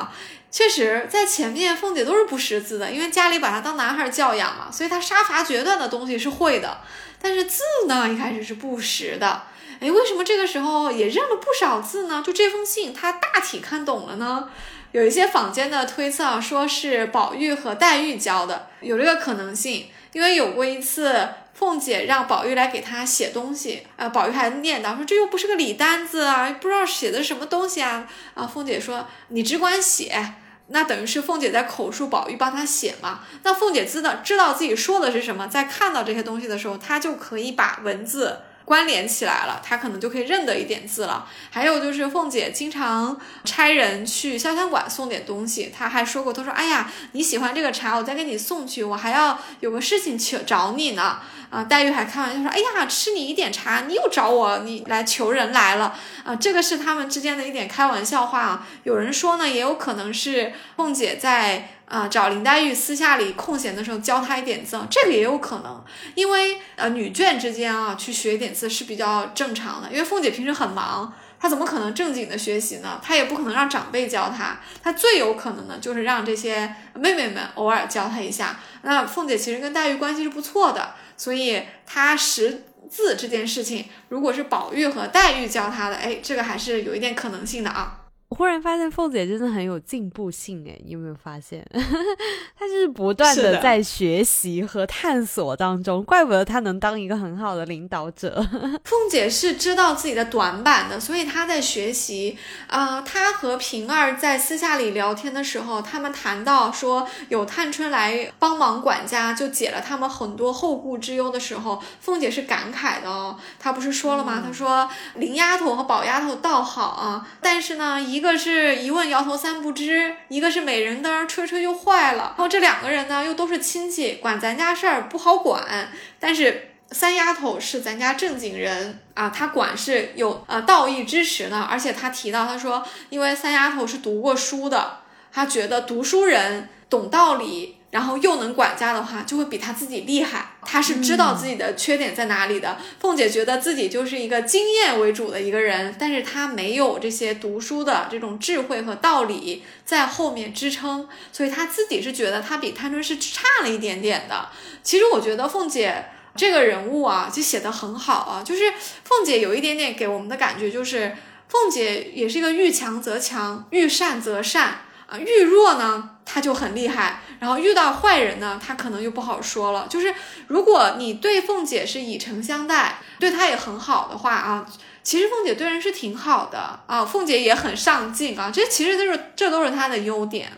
确实在前面凤姐都是不识字的，因为家里把她当男孩教养嘛，所以她杀伐决断的东西是会的，但是字呢一开始是不识的。为什么这个时候也认了不少字呢？就这封信她大体看懂了呢？有一些坊间的推测说是宝玉和黛玉教的，有这个可能性。因为有过一次凤姐让宝玉来给她写东西，宝玉还念叨说这又不是个礼单子啊，不知道写的什么东西啊。凤姐说你只管写，那等于是凤姐在口述宝玉帮她写嘛。那凤姐知道自己说的是什么，在看到这些东西的时候，她就可以把文字关联起来了，她可能就可以认得一点字了。还有就是凤姐经常差人去潇湘馆送点东西，她还说过，她说哎呀你喜欢这个茶我再给你送去，我还要有个事情找你呢。黛玉还开玩笑说哎呀吃你一点茶你又找我，你来求人来了。这个是他们之间的一点开玩笑话啊。有人说呢也有可能是凤姐在找林黛玉私下里空闲的时候教她一点字，这个也有可能。因为女眷之间去学一点字是比较正常的，因为凤姐平时很忙，她怎么可能正经的学习呢？她也不可能让长辈教她，她最有可能的就是让这些妹妹们偶尔教她一下。那凤姐其实跟黛玉关系是不错的，所以她识字这件事情如果是宝玉和黛玉教她的，这个还是有一点可能性的啊。 我忽然发现凤姐真的很有进步性你有没有发现？她就是不断的在学习和探索当中，怪不得她能当一个很好的领导者。 凤姐是知道自己的短板的，所以她在学习。她和平儿在私下里聊天的时候，他们谈到说有探春来帮忙管家，就解了他们很多后顾之忧的时候，凤姐是感慨的哦。她不是说了吗？她说林丫头和宝丫头倒好啊，但是呢一个是一问摇头三不知，一个是美人灯吹吹就坏了，然后这两个人呢又都是亲戚，管咱家事儿不好管。但是三丫头是咱家正经人她管是有道义支持呢。而且她提到，她说因为三丫头是读过书的，她觉得读书人懂道理，然后又能管家的话就会比他自己厉害，他是知道自己的缺点在哪里的。凤姐觉得自己就是一个经验为主的一个人，但是他没有这些读书的这种智慧和道理在后面支撑，所以他自己是觉得他比探春是差了一点点的。其实我觉得凤姐这个人物就写得很好啊，就是凤姐有一点点给我们的感觉，就是凤姐也是一个遇强则强，遇善则善遇弱呢他就很厉害，然后遇到坏人呢他可能又不好说了。就是如果你对凤姐是以诚相待，对她也很好的话其实凤姐对人是挺好的凤姐也很上进这其实这都是她的优点。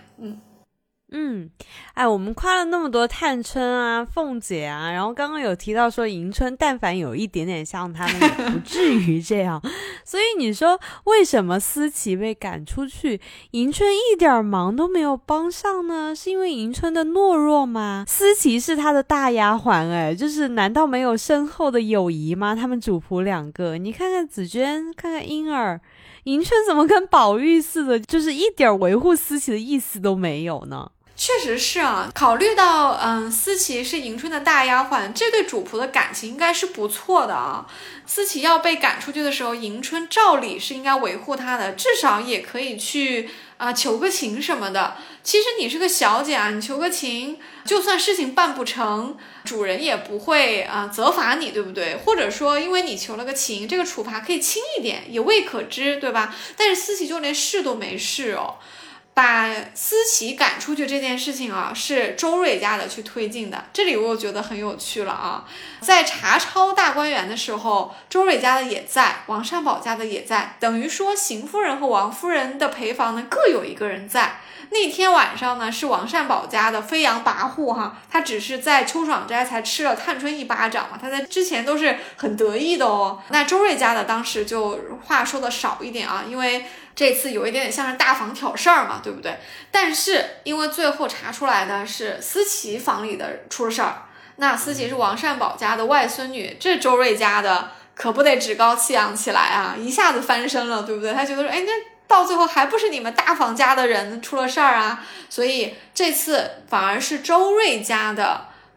我们夸了那么多探春凤姐然后刚刚有提到说迎春但凡有一点点像他们也不至于这样。所以你说为什么思琪被赶出去，迎春一点忙都没有帮上呢？是因为迎春的懦弱吗？思琪是她的大丫鬟就是难道没有深厚的友谊吗？他们主仆两个，你看看紫娟，看看莺儿，迎春怎么跟宝玉似的，就是一点维护思琪的意思都没有呢？ 确实是考虑到思琪是迎春的大丫鬟，这对主仆的感情应该是不错的思琪要被赶出去的时候，迎春照理是应该维护她的，至少也可以去求个情什么的。其实你是个小姐你求个情，就算事情办不成，主人也不会责罚你，对不对？或者说因为你求了个情，这个处罚可以轻一点，也未可知，对吧？但是思琪就连试都没试把思琪赶出去这件事情是周瑞家的去推进的，这里我觉得很有趣了在查抄大观园的时候，周瑞家的也在，王善保家的也在，等于说邢夫人和王夫人的陪房呢各有一个人在。那天晚上呢是王善保家的飞扬跋扈他只是在秋爽斋才吃了探春一巴掌他在之前都是很得意的那周瑞家的当时就话说的少一点因为这次有一点点像是大房挑事儿嘛，对不对？但是因为最后查出来的是思琪房里的出了事儿，那思琪是王善保家的外孙女，这周瑞家的可不得趾高气扬起来一下子翻身了，对不对？他觉得说那到最后还不是你们大房家的人出了事儿所以这次反而是周瑞家的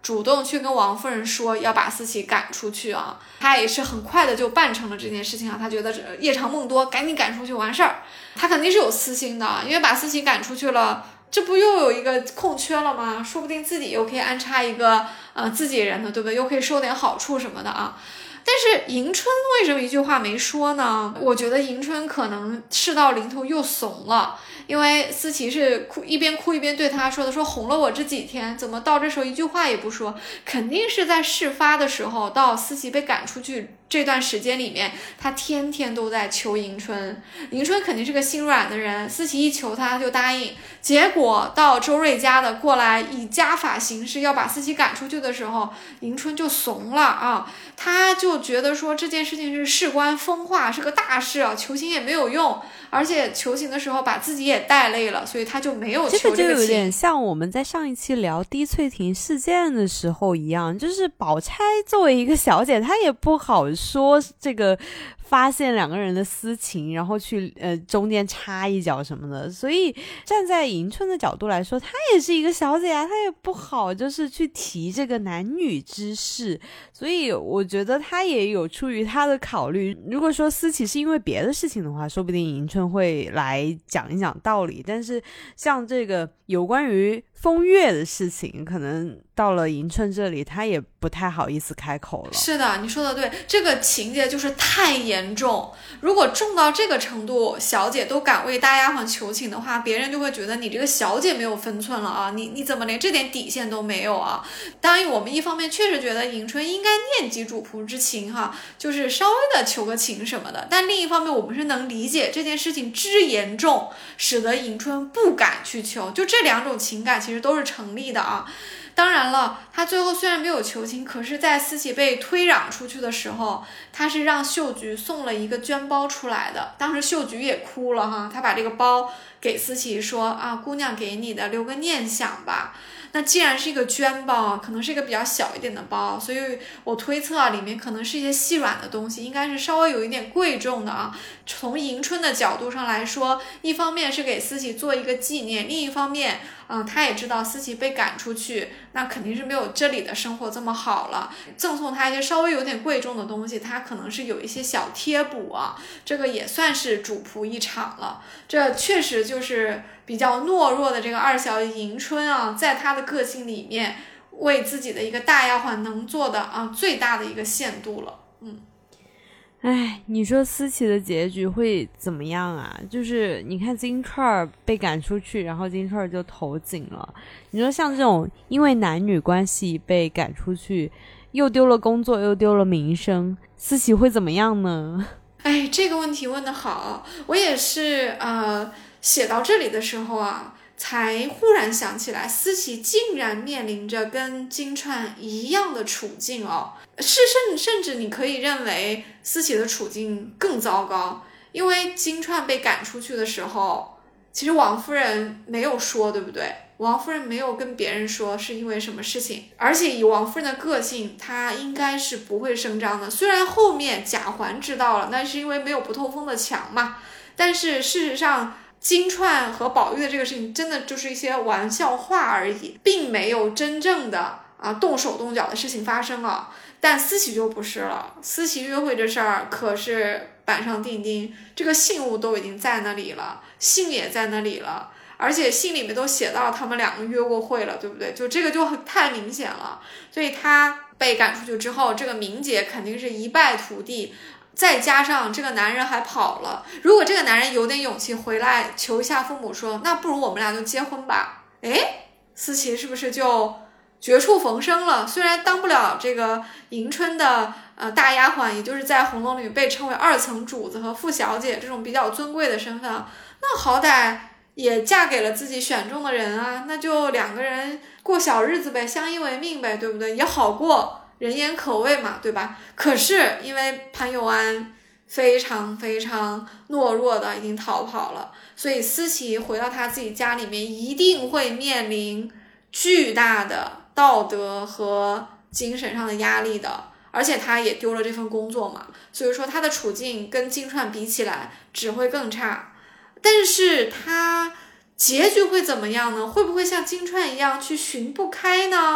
主动去跟王夫人说要把思琪赶出去啊，他也是很快的就办成了这件事情啊。他觉得夜长梦多，赶紧赶出去完事儿。他肯定是有私心的，因为把思琪赶出去了，这不又有一个空缺了吗？说不定自己又可以安插一个自己人的，对不对？又可以收点好处什么的啊。但是迎春为什么一句话没说呢？我觉得迎春可能事到临头又怂了，因为思琪是一边哭一边对他说的，说哄了我这几天，怎么到这时候一句话也不说？肯定是在事发的时候，到思琪被赶出去这段时间里面，他天天都在求迎春。迎春肯定是个心软的人，思琪一求他就答应。结果到周瑞家的过来以家法行事，要把思琪赶出去的时候，迎春就怂了啊，他就觉得说这件事情是事关风化，是个大事啊，求情也没有用，而且求情的时候把自己也带累了，所以他就没有求这个情。 这个就有点像我们在上一期聊滴翠亭事件的时候一样，就是宝钗作为一个小姐，她也不好说这个发现两个人的私情，然后去中间插一脚什么的，所以站在迎春的角度来说，她也是一个小姐啊，她也不好就是去提这个男女之事，所以我觉得她也有出于她的考虑。如果说私情是因为别的事情的话，说不定迎春会来讲一讲道理，但是像这个有关于风月的事情，可能到了迎春这里，她也不太好意思开口了。 是的，你说的对，这个情节就是太严重，如果重到这个程度，小姐都敢为大丫鬟求情的话，别人就会觉得你这个小姐没有分寸了啊，你怎么连这点底线都没有啊？当然我们一方面确实觉得迎春应该念及主仆之情哈，就是稍微的求个情什么的，但另一方面我们是能理解这件事情之严重，使得迎春不敢去求，就这两种情感其实都是成立的啊。当然了，他最后虽然没有求情，可是在思琪被推攘出去的时候，他是让秀菊送了一个绢包出来的，当时秀菊也哭了哈，他把这个包给思琪说啊，姑娘给你的，留个念想吧。那既然是一个绢包，可能是一个比较小一点的包，所以我推测啊，里面可能是一些细软的东西，应该是稍微有一点贵重的啊。从迎春的角度上来说，一方面是给思琪做一个纪念，另一方面他也知道思琪被赶出去，那肯定是没有这里的生活这么好了，赠送他一些稍微有点贵重的东西，他可能是有一些小贴补啊，这个也算是主仆一场了。这确实就是比较懦弱的这个二小姐迎春啊，在她的个性里面为自己的一个大丫鬟能做的最大的一个限度了。 你说思琪的结局会怎么样啊？就是你看金钏被赶出去，然后金钏就投井了，你说像这种因为男女关系被赶出去，又丢了工作又丢了名声，思琪会怎么样呢？ 这个问题问得好，我也是写到这里的时候啊，才忽然想起来，思琪竟然面临着跟金钏一样的处境哦，甚至你可以认为思琪的处境更糟糕，因为金钏被赶出去的时候，其实王夫人没有说，对不对？王夫人没有跟别人说是因为什么事情，而且以王夫人的个性，她应该是不会声张的。虽然后面贾环知道了，那是因为没有不透风的墙嘛，但是事实上金钏和宝玉的这个事情真的就是一些玩笑话而已，并没有真正的动手动脚的事情发生了。但思琪就不是了，思琪约会这事儿可是板上钉钉，这个信物都已经在那里了，信也在那里了，而且信里面都写到他们两个约过会了，对不对？就这个就太明显了。所以他被赶出去之后，这个名节肯定是一败涂地，再加上这个男人还跑了，如果这个男人有点勇气回来求一下父母说，那不如我们俩就结婚吧，思琪是不是就绝处逢生了？虽然当不了这个迎春的大丫鬟，也就是在红楼里被称为二层主子和富小姐这种比较尊贵的身份，那好歹也嫁给了自己选中的人啊，那就两个人过小日子呗，相依为命呗，对不对？也好过人言可畏嘛，对吧？可是因为潘友安非常非常懦弱的已经逃跑了，所以思琪回到他自己家里面一定会面临巨大的道德和精神上的压力的，而且他也丢了这份工作嘛，所以说他的处境跟金钏比起来只会更差。但是他结局会怎么样呢？会不会像金钏一样去寻不开呢？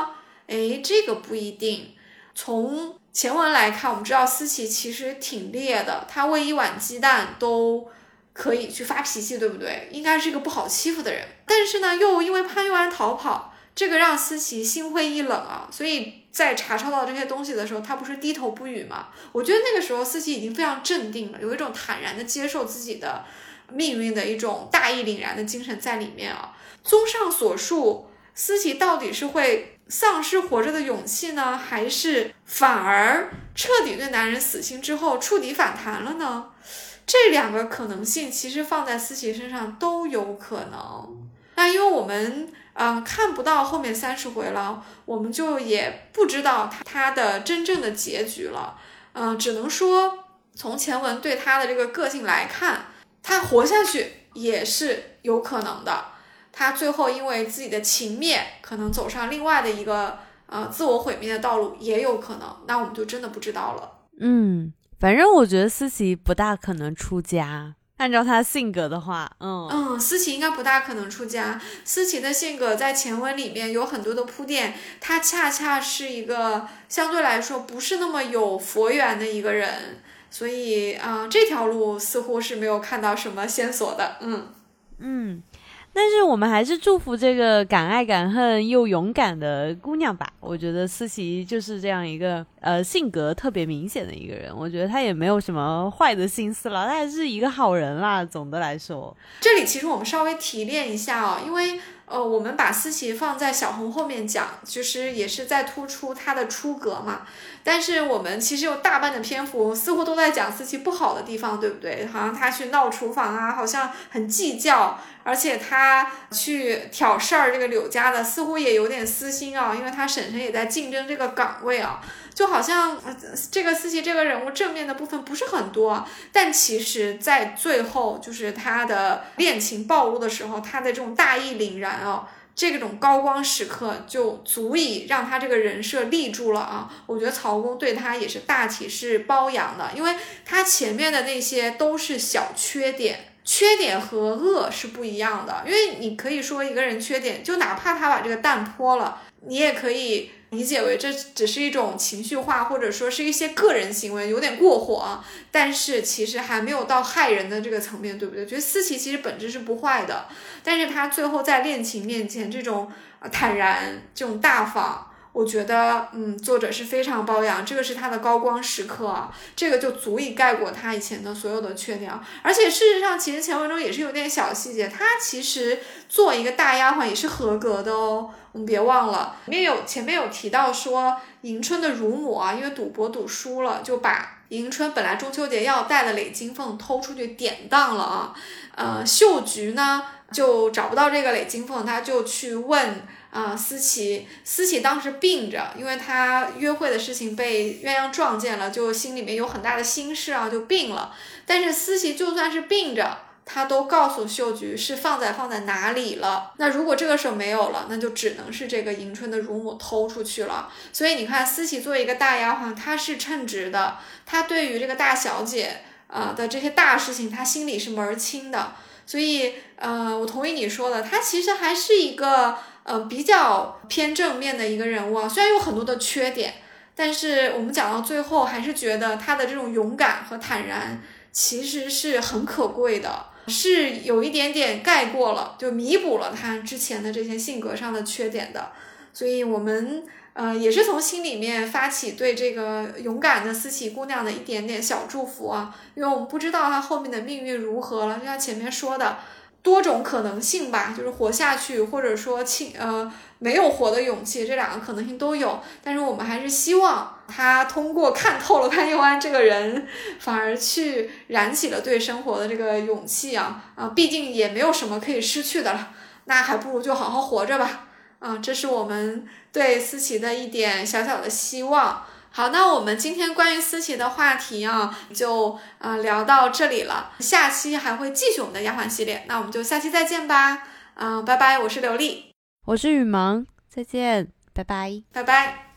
这个不一定。从前文来看，我们知道思琪其实挺烈的，他为一碗鸡蛋都可以去发脾气，对不对？应该是一个不好欺负的人。但是呢，又因为潘玉安逃跑，这个让思琪心灰意冷啊，所以在查抄到这些东西的时候，他不是低头不语吗？我觉得那个时候思琪已经非常镇定了，有一种坦然的接受自己的命运的一种大义凛然的精神在里面啊。综上所述，思琪到底是会丧失活着的勇气呢，还是反而彻底对男人死心之后触底反弹了呢？这两个可能性其实放在思琪身上都有可能。那因为我们看不到后面30回了，我们就也不知道他的真正的结局了。只能说从前文对他的这个个性来看，他活下去也是有可能的。他最后因为自己的情灭，可能走上另外的一个自我毁灭的道路，也有可能。那我们就真的不知道了。 反正我觉得思琪不大可能出家，按照他性格的话， 思琪应该不大可能出家。思琪的性格在前文里面有很多的铺垫，他恰恰是一个相对来说不是那么有佛缘的一个人，所以这条路似乎是没有看到什么线索的。 但是我们还是祝福这个敢爱敢恨又勇敢的姑娘吧。我觉得思琪就是这样一个性格特别明显的一个人，我觉得她也没有什么坏的心思了，她还是一个好人啦。总的来说， 这里其实我们稍微提炼一下因为我们把思琪放在小红后面讲，其实也是在突出她的出格嘛。但是我们其实有大半的篇幅似乎都在讲思琪不好的地方，对不对？好像她去闹厨房啊，好像很计较，而且她去挑事儿，这个柳家的似乎也有点私心啊，因为她婶婶也在竞争这个岗位啊，就好像这个思琪这个人物正面的部分不是很多，但其实在最后就是她的恋情暴露的时候，她的这种大义凛然这种高光时刻就足以让他这个人设立住了啊！我觉得曹公对他也是大体是包养的，因为他前面的那些都是小缺点，缺点和恶是不一样的。因为你可以说一个人缺点，就哪怕他把这个蛋泼了，你也可以理解为这只是一种情绪化，或者说是一些个人行为有点过火啊，但是其实还没有到害人的这个层面，对不对？觉得思琪其实本质是不坏的，但是他最后在恋情面前这种坦然，这种大方，我觉得作者是非常包养，这个是他的高光时刻啊，这个就足以盖过他以前的所有的缺点。而且事实上其实前文中也是有点小细节，他其实做一个大丫鬟也是合格的我们别忘了前面有提到说迎春的乳母因为赌博赌输了，就把迎春本来中秋节要带的累金凤偷出去典当了秀菊呢就找不到这个累金凤，他就去问思琪当时病着，因为他约会的事情被鸳鸯撞见了，就心里面有很大的心事就病了。但是思琪就算是病着，他都告诉秀菊是放在哪里了。那如果这个时候没有了，那就只能是这个迎春的乳母偷出去了。所以你看思琪作为一个大丫鬟，她是称职的，她对于这个大小姐的这些大事情，她心里是门儿清的。所以我同意你说的，她其实还是一个比较偏正面的一个人物虽然有很多的缺点，但是我们讲到最后还是觉得她的这种勇敢和坦然其实是很可贵的，是有一点点盖过了，就弥补了她之前的这些性格上的缺点的。所以我们也是从心里面发起对这个勇敢的思琪姑娘的一点点小祝福因为我们不知道她后面的命运如何了，就像前面说的多种可能性吧，就是活下去或者说没有活的勇气，这两个可能性都有。但是我们还是希望他通过看透了潘佑安这个人，反而去燃起了对生活的这个勇气毕竟也没有什么可以失去的了，那还不如就好好活着吧这是我们对思琪的一点小小的希望。好，那我们今天关于思琪的话题就聊到这里了，下期还会继续我们的丫鬟系列，那我们就下期再见吧拜拜，我是刘丽， 我是雨萌，再见，拜拜， 拜拜。